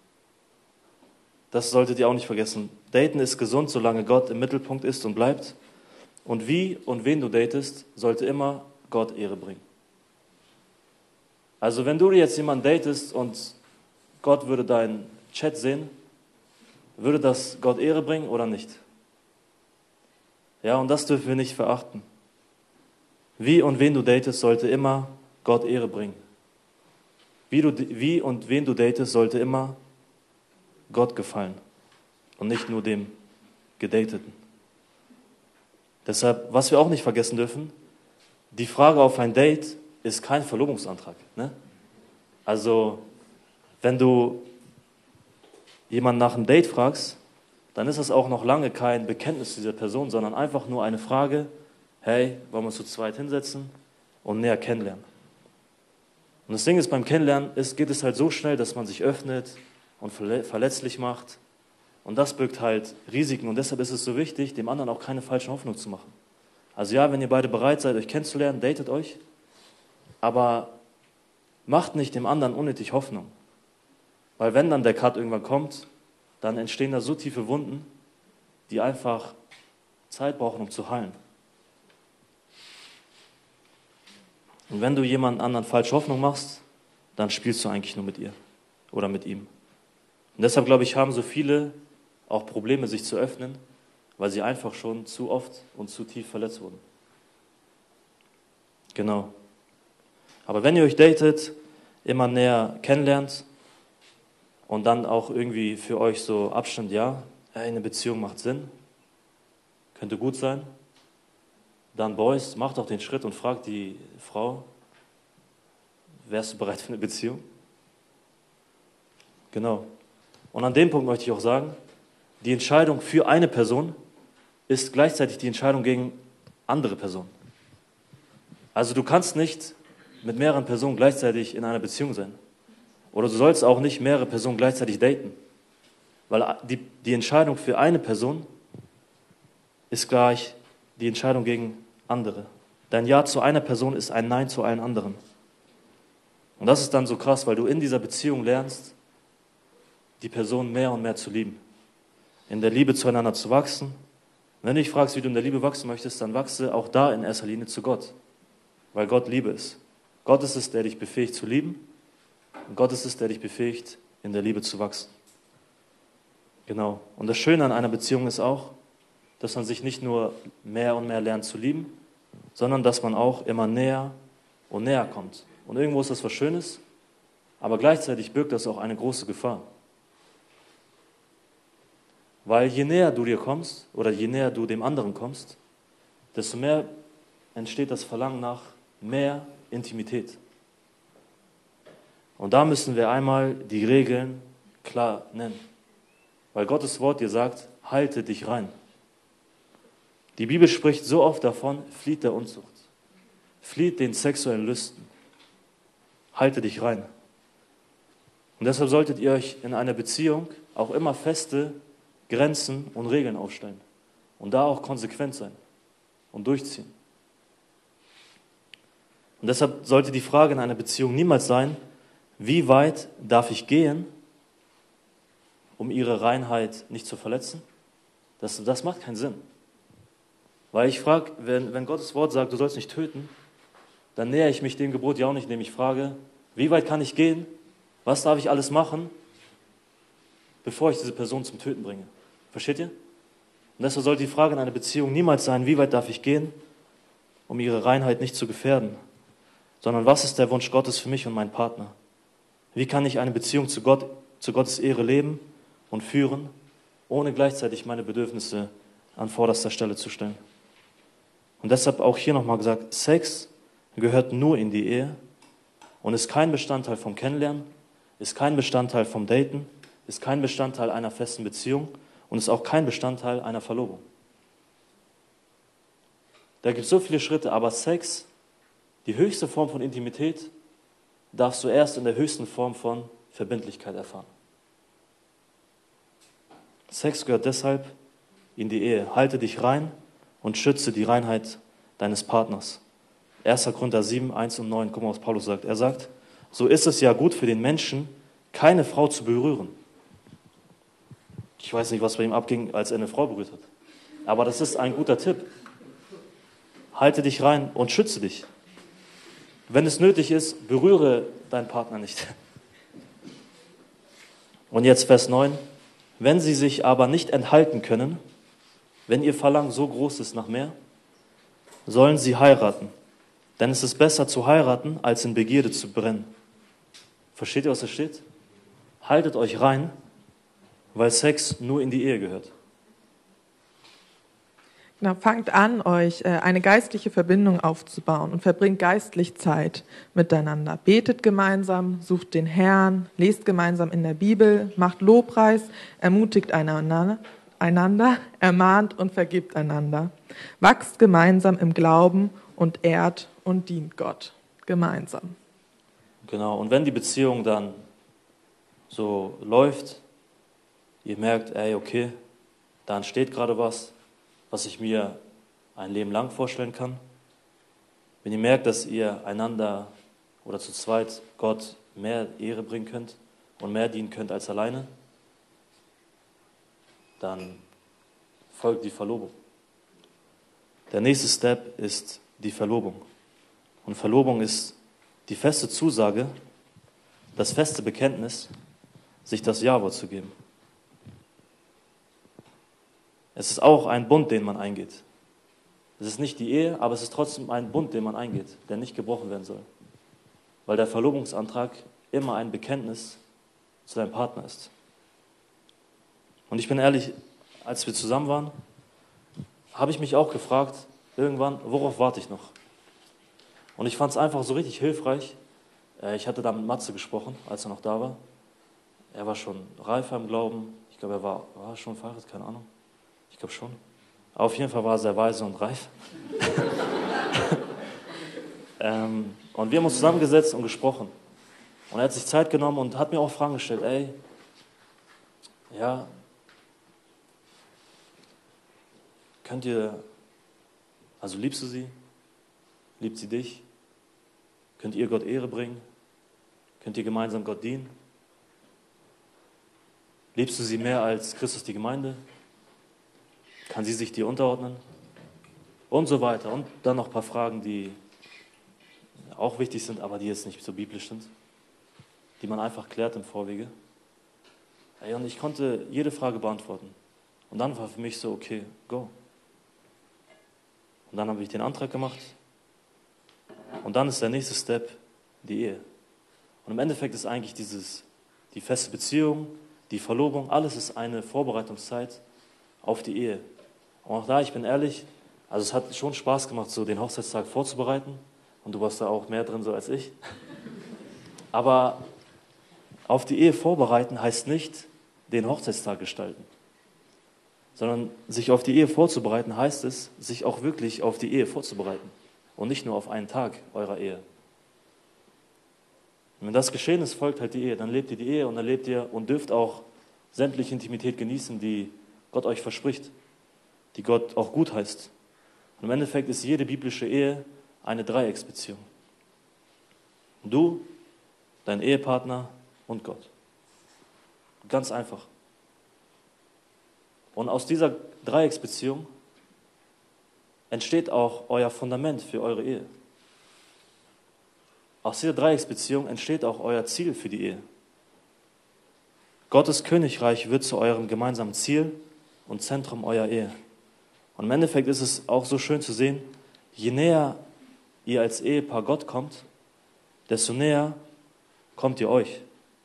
Das solltet ihr auch nicht vergessen. Daten ist gesund, solange Gott im Mittelpunkt ist und bleibt. Und wie und wen du datest, sollte immer Gott Ehre bringen. Also wenn du jetzt jemanden datest und Gott würde deinen Chat sehen, würde das Gott Ehre bringen oder nicht? Ja, und das dürfen wir nicht verachten. Wie und wen du datest, sollte immer Gott Ehre bringen. Wie und wen du datest, sollte immer Gott gefallen und nicht nur dem Gedateten. Deshalb, was wir auch nicht vergessen dürfen, die Frage auf ein Date ist kein Verlobungsantrag. Ne? Also, wenn du jemanden nach einem Date fragst, dann ist das auch noch lange kein Bekenntnis dieser Person, sondern einfach nur eine Frage, hey, wollen wir uns zu zweit hinsetzen und näher kennenlernen. Und das Ding ist, beim Kennenlernen geht es halt so schnell, dass man sich öffnet und verletzlich macht. Und das birgt halt Risiken. Und deshalb ist es so wichtig, dem anderen auch keine falschen Hoffnungen zu machen. Also ja, wenn ihr beide bereit seid, euch kennenzulernen, datet euch. Aber macht nicht dem anderen unnötig Hoffnung. Weil wenn dann der Cut irgendwann kommt, dann entstehen da so tiefe Wunden, die einfach Zeit brauchen, um zu heilen. Und wenn du jemanden anderen falsche Hoffnung machst, dann spielst du eigentlich nur mit ihr oder mit ihm. Und deshalb, glaube ich, haben so viele auch Probleme, sich zu öffnen, weil sie einfach schon zu oft und zu tief verletzt wurden. Genau. Aber wenn ihr euch datet, immer näher kennenlernt und dann auch irgendwie für euch so Abstand, ja, eine Beziehung macht Sinn, könnte gut sein, dann Boys, macht auch den Schritt und fragt die Frau, wärst du bereit für eine Beziehung? Genau. Und an dem Punkt möchte ich auch sagen, die Entscheidung für eine Person ist gleichzeitig die Entscheidung gegen andere Personen. Also du kannst nicht mit mehreren Personen gleichzeitig in einer Beziehung sein. Oder du sollst auch nicht mehrere Personen gleichzeitig daten. Weil die Entscheidung für eine Person ist gleich die Entscheidung gegen andere. Dein Ja zu einer Person ist ein Nein zu allen anderen. Und das ist dann so krass, weil du in dieser Beziehung lernst, die Person mehr und mehr zu lieben. In der Liebe zueinander zu wachsen. Wenn du dich fragst, wie du in der Liebe wachsen möchtest, dann wachse auch da in erster Linie zu Gott. Weil Gott Liebe ist. Gott ist es, der dich befähigt zu lieben. Und Gott ist es, der dich befähigt, in der Liebe zu wachsen. Genau. Und das Schöne an einer Beziehung ist auch, dass man sich nicht nur mehr und mehr lernt zu lieben, sondern dass man auch immer näher und näher kommt. Und irgendwo ist das was Schönes, aber gleichzeitig birgt das auch eine große Gefahr. Weil je näher du dir kommst oder je näher du dem anderen kommst, desto mehr entsteht das Verlangen nach mehr Intimität. Und da müssen wir einmal die Regeln klar nennen. Weil Gottes Wort dir sagt, halte dich rein. Die Bibel spricht so oft davon, flieht der Unzucht, flieht den sexuellen Lüsten, halte dich rein. Und deshalb solltet ihr euch in einer Beziehung auch immer feste Grenzen und Regeln aufstellen und da auch konsequent sein und durchziehen. Und deshalb sollte die Frage in einer Beziehung niemals sein, wie weit darf ich gehen, um ihre Reinheit nicht zu verletzen? Das macht keinen Sinn. Weil ich frage, wenn Gottes Wort sagt, du sollst nicht töten, dann nähere ich mich dem Gebot ja auch nicht, indem ich frage, wie weit kann ich gehen? Was darf ich alles machen, bevor ich diese Person zum Töten bringe? Versteht ihr? Und deshalb sollte die Frage in einer Beziehung niemals sein, wie weit darf ich gehen, um ihre Reinheit nicht zu gefährden, sondern was ist der Wunsch Gottes für mich und meinen Partner? Wie kann ich eine Beziehung zu Gott, zu Gottes Ehre leben und führen, ohne gleichzeitig meine Bedürfnisse an vorderster Stelle zu stellen? Und deshalb auch hier nochmal gesagt, Sex gehört nur in die Ehe und ist kein Bestandteil vom Kennenlernen, ist kein Bestandteil vom Daten, ist kein Bestandteil einer festen Beziehung und ist auch kein Bestandteil einer Verlobung. Da gibt es so viele Schritte, aber Sex, die höchste Form von Intimität, darfst du erst in der höchsten Form von Verbindlichkeit erfahren. Sex gehört deshalb in die Ehe. Halte dich rein und schütze die Reinheit deines Partners. 1. Korinther 7, 1 und 9, guck mal, was Paulus sagt. Er sagt, so ist es ja gut für den Menschen, keine Frau zu berühren. Ich weiß nicht, was bei ihm abging, als er eine Frau berührt hat. Aber das ist ein guter Tipp. Halte dich rein und schütze dich. Wenn es nötig ist, berühre deinen Partner nicht. Und jetzt Vers 9. Wenn sie sich aber nicht enthalten können, wenn ihr Verlangen so groß ist nach mehr, sollen sie heiraten. Denn es ist besser zu heiraten, als in Begierde zu brennen. Versteht ihr, was da steht? Haltet euch rein, weil Sex nur in die Ehe gehört. Genau, fangt an, euch eine geistliche Verbindung aufzubauen und verbringt geistlich Zeit miteinander. Betet gemeinsam, sucht den Herrn, lest gemeinsam in der Bibel, macht Lobpreis, ermutigt einander, ermahnt und vergibt einander. Wachst gemeinsam im Glauben und ehrt und dient Gott gemeinsam. Genau, und wenn die Beziehung dann so läuft, ihr merkt, ey, okay, da entsteht gerade was ich mir ein Leben lang vorstellen kann. Wenn ihr merkt, dass ihr einander oder zu zweit Gott mehr Ehre bringen könnt und mehr dienen könnt als alleine, dann folgt die Verlobung. Der nächste Step ist die Verlobung. Und Verlobung ist die feste Zusage, das feste Bekenntnis, sich das Ja-Wort zu geben. Es ist auch ein Bund, den man eingeht. Es ist nicht die Ehe, aber es ist trotzdem ein Bund, den man eingeht, der nicht gebrochen werden soll. Weil der Verlobungsantrag immer ein Bekenntnis zu deinem Partner ist. Und ich bin ehrlich, als wir zusammen waren, habe ich mich auch gefragt, irgendwann, worauf warte ich noch? Und ich fand es einfach so richtig hilfreich. Ich hatte da mit Matze gesprochen, als er noch da war. Er war schon reifer im Glauben. Ich glaube, er war schon verheiratet, keine Ahnung. Ich glaube schon. Aber auf jeden Fall war er sehr weise und reif. Und wir haben uns zusammengesetzt und gesprochen. Und er hat sich Zeit genommen und hat mir auch Fragen gestellt. Ey, ja, also liebst du sie? Liebt sie dich? Könnt ihr Gott Ehre bringen? Könnt ihr gemeinsam Gott dienen? Liebst du sie mehr als Christus die Gemeinde? Kann sie sich dir unterordnen? Und so weiter. Und dann noch ein paar Fragen, die auch wichtig sind, aber die jetzt nicht so biblisch sind, die man einfach klärt im Vorwege. Ey, und ich konnte jede Frage beantworten. Und dann war für mich so, okay, go. Und dann habe ich den Antrag gemacht. Und dann ist der nächste Step die Ehe. Und im Endeffekt ist eigentlich die feste Beziehung, die Verlobung, alles ist eine Vorbereitungszeit auf die Ehe. Und auch da, ich bin ehrlich, also es hat schon Spaß gemacht, so den Hochzeitstag vorzubereiten. Und du warst da auch mehr drin so als ich. Aber auf die Ehe vorbereiten heißt nicht den Hochzeitstag gestalten. Sondern sich auf die Ehe vorzubereiten heißt es, sich auch wirklich auf die Ehe vorzubereiten. Und nicht nur auf einen Tag eurer Ehe. Und wenn das geschehen ist, folgt halt die Ehe. Dann lebt ihr die Ehe und dann lebt ihr und dürft auch sämtliche Intimität genießen, die Gott euch verspricht, die Gott auch gut heißt. Und im Endeffekt ist jede biblische Ehe eine Dreiecksbeziehung. Du, dein Ehepartner und Gott. Ganz einfach. Und aus dieser Dreiecksbeziehung entsteht auch euer Fundament für eure Ehe. Aus dieser Dreiecksbeziehung entsteht auch euer Ziel für die Ehe. Gottes Königreich wird zu eurem gemeinsamen Ziel und Zentrum eurer Ehe. Und im Endeffekt ist es auch so schön zu sehen, je näher ihr als Ehepaar Gott kommt, desto näher kommt ihr euch.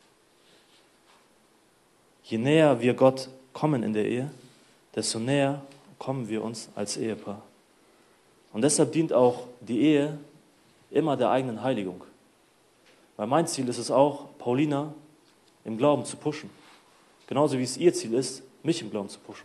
Je näher wir Gott kommen in der Ehe, desto näher kommen wir uns als Ehepaar. Und deshalb dient auch die Ehe immer der eigenen Heiligung. Weil mein Ziel ist es auch, Paulina im Glauben zu pushen. Genauso wie es ihr Ziel ist, mich im Glauben zu pushen.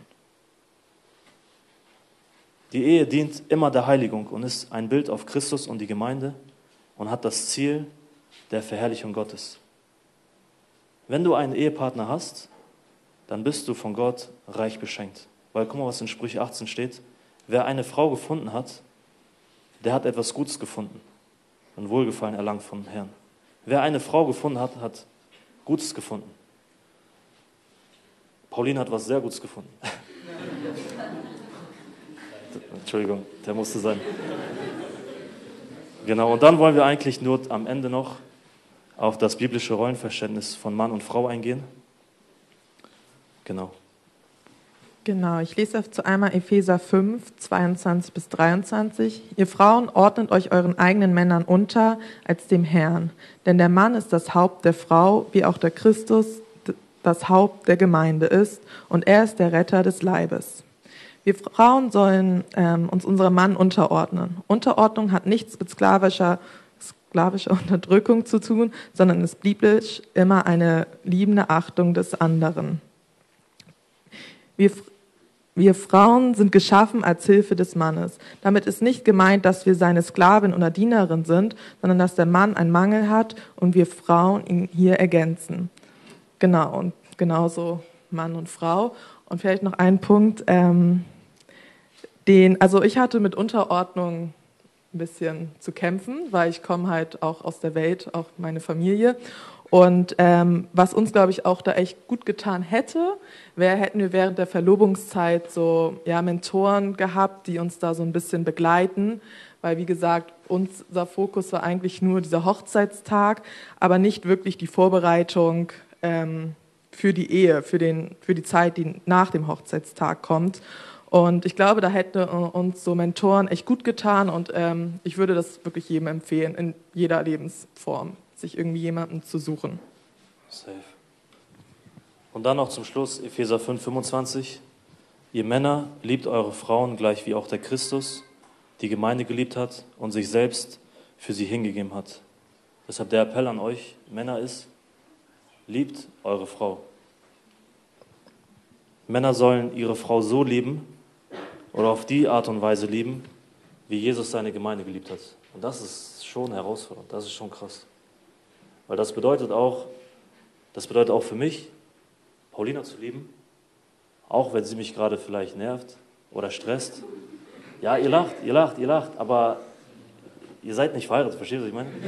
Die Ehe dient immer der Heiligung und ist ein Bild auf Christus und die Gemeinde und hat das Ziel der Verherrlichung Gottes. Wenn du einen Ehepartner hast, dann bist du von Gott reich beschenkt. Weil guck mal, was in Sprüche 18 steht. Wer eine Frau gefunden hat, der hat etwas Gutes gefunden und Wohlgefallen erlangt vom Herrn. Wer eine Frau gefunden hat, hat Gutes gefunden. Pauline hat was sehr Gutes gefunden. Entschuldigung, der musste sein. Genau, und dann wollen wir eigentlich nur am Ende noch auf das biblische Rollenverständnis von Mann und Frau eingehen. Genau. Genau, ich lese dazu einmal Epheser 5, 22 bis 23. Ihr Frauen ordnet euch euren eigenen Männern unter als dem Herrn. Denn der Mann ist das Haupt der Frau, wie auch der Christus das Haupt der Gemeinde ist. Und er ist der Retter des Leibes. Wir Frauen sollen uns unserem Mann unterordnen. Unterordnung hat nichts mit sklavischer Unterdrückung zu tun, sondern ist biblisch immer eine liebende Achtung des anderen. Wir Frauen sind geschaffen als Hilfe des Mannes. Damit ist nicht gemeint, dass wir seine Sklavin oder Dienerin sind, sondern dass der Mann einen Mangel hat und wir Frauen ihn hier ergänzen. Genau, und genauso Mann und Frau. Und vielleicht noch ein Punkt, also ich hatte mit Unterordnung ein bisschen zu kämpfen, weil ich komme halt auch aus der Welt, auch meine Familie. Und was uns, glaube ich, auch da echt gut getan hätte, hätten wir während der Verlobungszeit so Mentoren gehabt, die uns da so ein bisschen begleiten. Weil, wie gesagt, unser Fokus war eigentlich nur dieser Hochzeitstag, aber nicht wirklich die Vorbereitung für die Ehe, für die Zeit, die nach dem Hochzeitstag kommt. Und ich glaube, da hätten uns so Mentoren echt gut getan und ich würde das wirklich jedem empfehlen, in jeder Lebensform, sich irgendwie jemanden zu suchen. Safe. Und dann noch zum Schluss Epheser 5, 25. Ihr Männer, liebt eure Frauen gleich wie auch der Christus die Gemeinde geliebt hat und sich selbst für sie hingegeben hat. Deshalb der Appell an euch, Männer, ist, liebt eure Frau. Männer sollen ihre Frau so lieben oder auf die Art und Weise lieben, wie Jesus seine Gemeinde geliebt hat. Und das ist schon herausfordernd, das ist schon krass. Weil das bedeutet auch für mich, Paulina zu lieben, auch wenn sie mich gerade vielleicht nervt oder stresst. Ja, ihr lacht, aber ihr seid nicht verheiratet, versteht ihr, was ich meine?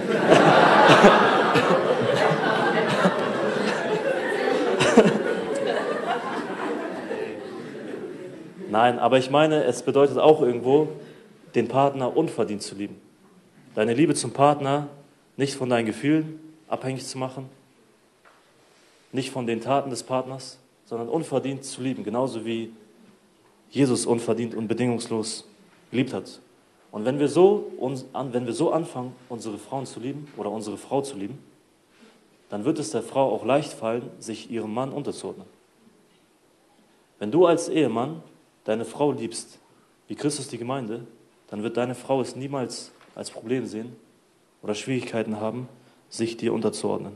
Nein, aber ich meine, es bedeutet auch irgendwo, den Partner unverdient zu lieben. Deine Liebe zum Partner nicht von deinen Gefühlen abhängig zu machen, nicht von den Taten des Partners, sondern unverdient zu lieben, genauso wie Jesus unverdient und bedingungslos geliebt hat. Und wenn wir so anfangen, unsere Frauen zu lieben oder unsere Frau zu lieben, dann wird es der Frau auch leicht fallen, sich ihrem Mann unterzuordnen. Wenn du als Ehemann deine Frau liebst, wie Christus die Gemeinde, dann wird deine Frau es niemals als Problem sehen oder Schwierigkeiten haben, sich dir unterzuordnen.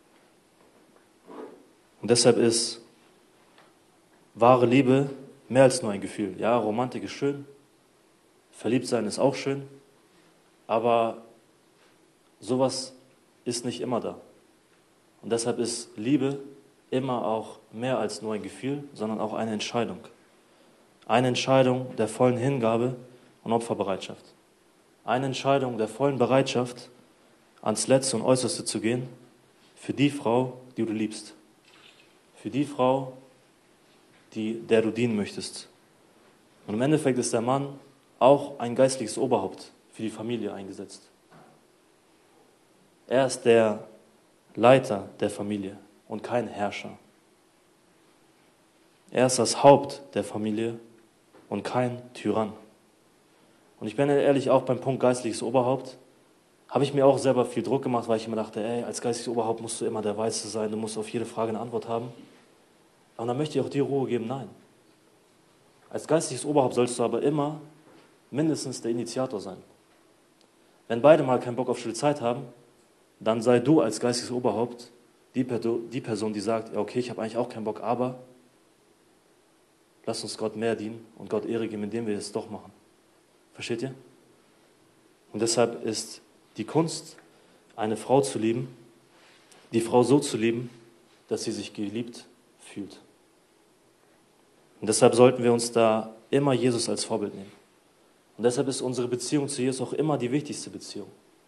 Und deshalb ist wahre Liebe mehr als nur ein Gefühl. Ja, Romantik ist schön, verliebt sein ist auch schön, aber sowas ist nicht immer da. Und deshalb ist Liebe immer auch mehr als nur ein Gefühl, sondern auch eine Entscheidung. Eine Entscheidung der vollen Hingabe und Opferbereitschaft. Eine Entscheidung der vollen Bereitschaft, ans Letzte und Äußerste zu gehen, für die Frau, die du liebst. Für die Frau, der du dienen möchtest. Und im Endeffekt ist der Mann auch ein geistliches Oberhaupt für die Familie eingesetzt. Er ist der Leiter der Familie und kein Herrscher. Er ist das Haupt der Familie und kein Tyrann. Und ich bin ehrlich, auch beim Punkt geistliches Oberhaupt, habe ich mir auch selber viel Druck gemacht, weil ich immer dachte, als geistliches Oberhaupt musst du immer der Weise sein, du musst auf jede Frage eine Antwort haben. Und dann möchte ich auch dir Ruhe geben, nein. Als geistliches Oberhaupt sollst du aber immer mindestens der Initiator sein. Wenn beide mal keinen Bock auf stille Zeit haben, dann sei du als geistliches Oberhaupt die Person, die sagt, ja okay, ich habe eigentlich auch keinen Bock, aber lass uns Gott mehr dienen und Gott Ehre geben, indem wir es doch machen. Versteht ihr? Und deshalb ist die Kunst, eine Frau zu lieben, die Frau so zu lieben, dass sie sich geliebt fühlt. Und deshalb sollten wir uns da immer Jesus als Vorbild nehmen. Und deshalb ist unsere Beziehung zu Jesus auch immer die wichtigste Beziehung.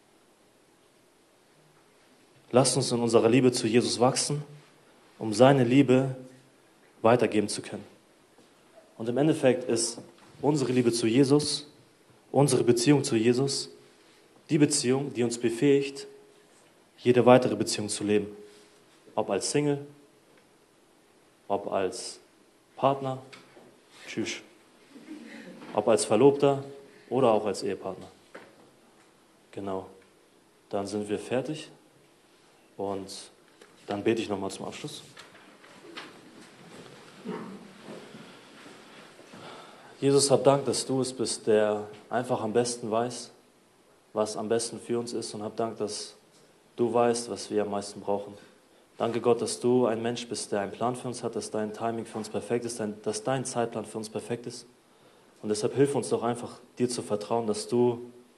Lasst uns in unserer Liebe zu Jesus wachsen, um seine Liebe weitergeben zu können. Und im Endeffekt ist unsere Liebe zu Jesus, unsere Beziehung zu Jesus, die Beziehung, die uns befähigt, jede weitere Beziehung zu leben. Ob als Single, ob als Partner, tschüss. Ob als Verlobter oder auch als Ehepartner. Genau. Dann sind wir fertig und dann bete ich nochmal zum Abschluss. Jesus, hab Dank, dass du es bist, der einfach am besten weiß, was am besten für uns ist, und hab Dank, dass du weißt, was wir am meisten brauchen. Danke Gott, dass du ein Mensch bist, der einen Plan für uns hat, dass dein Timing für uns perfekt ist, dass dein Zeitplan für uns perfekt ist. Und deshalb hilf uns doch einfach, dir zu vertrauen, dass du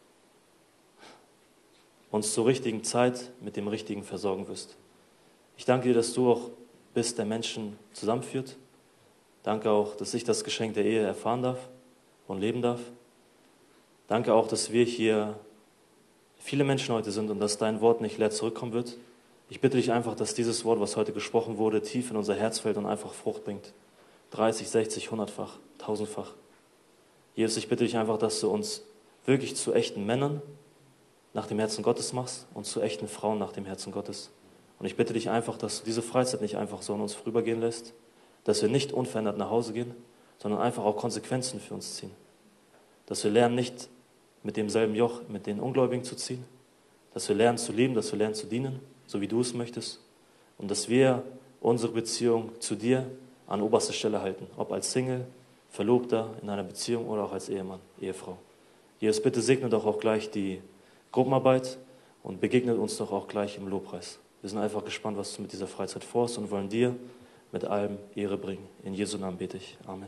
uns zur richtigen Zeit mit dem Richtigen versorgen wirst. Ich danke dir, dass du auch bist, der Menschen zusammenführt. Danke auch, dass ich das Geschenk der Ehe erfahren darf und leben darf. Danke auch, dass wir hier viele Menschen heute sind und dass dein Wort nicht leer zurückkommen wird. Ich bitte dich einfach, dass dieses Wort, was heute gesprochen wurde, tief in unser Herz fällt und einfach Frucht bringt. 30, 60, 100-fach, 1000-fach. Jesus, ich bitte dich einfach, dass du uns wirklich zu echten Männern nach dem Herzen Gottes machst und zu echten Frauen nach dem Herzen Gottes. Und ich bitte dich einfach, dass du diese Freizeit nicht einfach so an uns vorübergehen lässt, dass wir nicht unverändert nach Hause gehen, sondern einfach auch Konsequenzen für uns ziehen. Dass wir lernen, nicht mit demselben Joch mit den Ungläubigen zu ziehen, dass wir lernen zu lieben, dass wir lernen zu dienen, so wie du es möchtest, und dass wir unsere Beziehung zu dir an oberster Stelle halten, ob als Single, Verlobter, in einer Beziehung oder auch als Ehemann, Ehefrau. Jesus, bitte segne doch auch gleich die Gruppenarbeit und begegnet uns doch auch gleich im Lobpreis. Wir sind einfach gespannt, was du mit dieser Freizeit vorhast und wollen dir mit allem Ehre bringen. In Jesu Namen bete ich. Amen.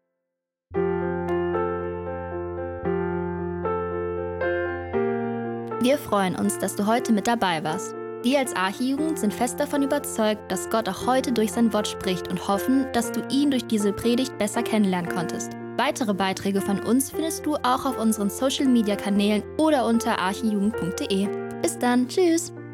Wir freuen uns, dass du heute mit dabei warst. Wir als Archijugend sind fest davon überzeugt, dass Gott auch heute durch sein Wort spricht und hoffen, dass du ihn durch diese Predigt besser kennenlernen konntest. Weitere Beiträge von uns findest du auch auf unseren Social-Media-Kanälen oder unter archijugend.de. Bis dann, tschüss!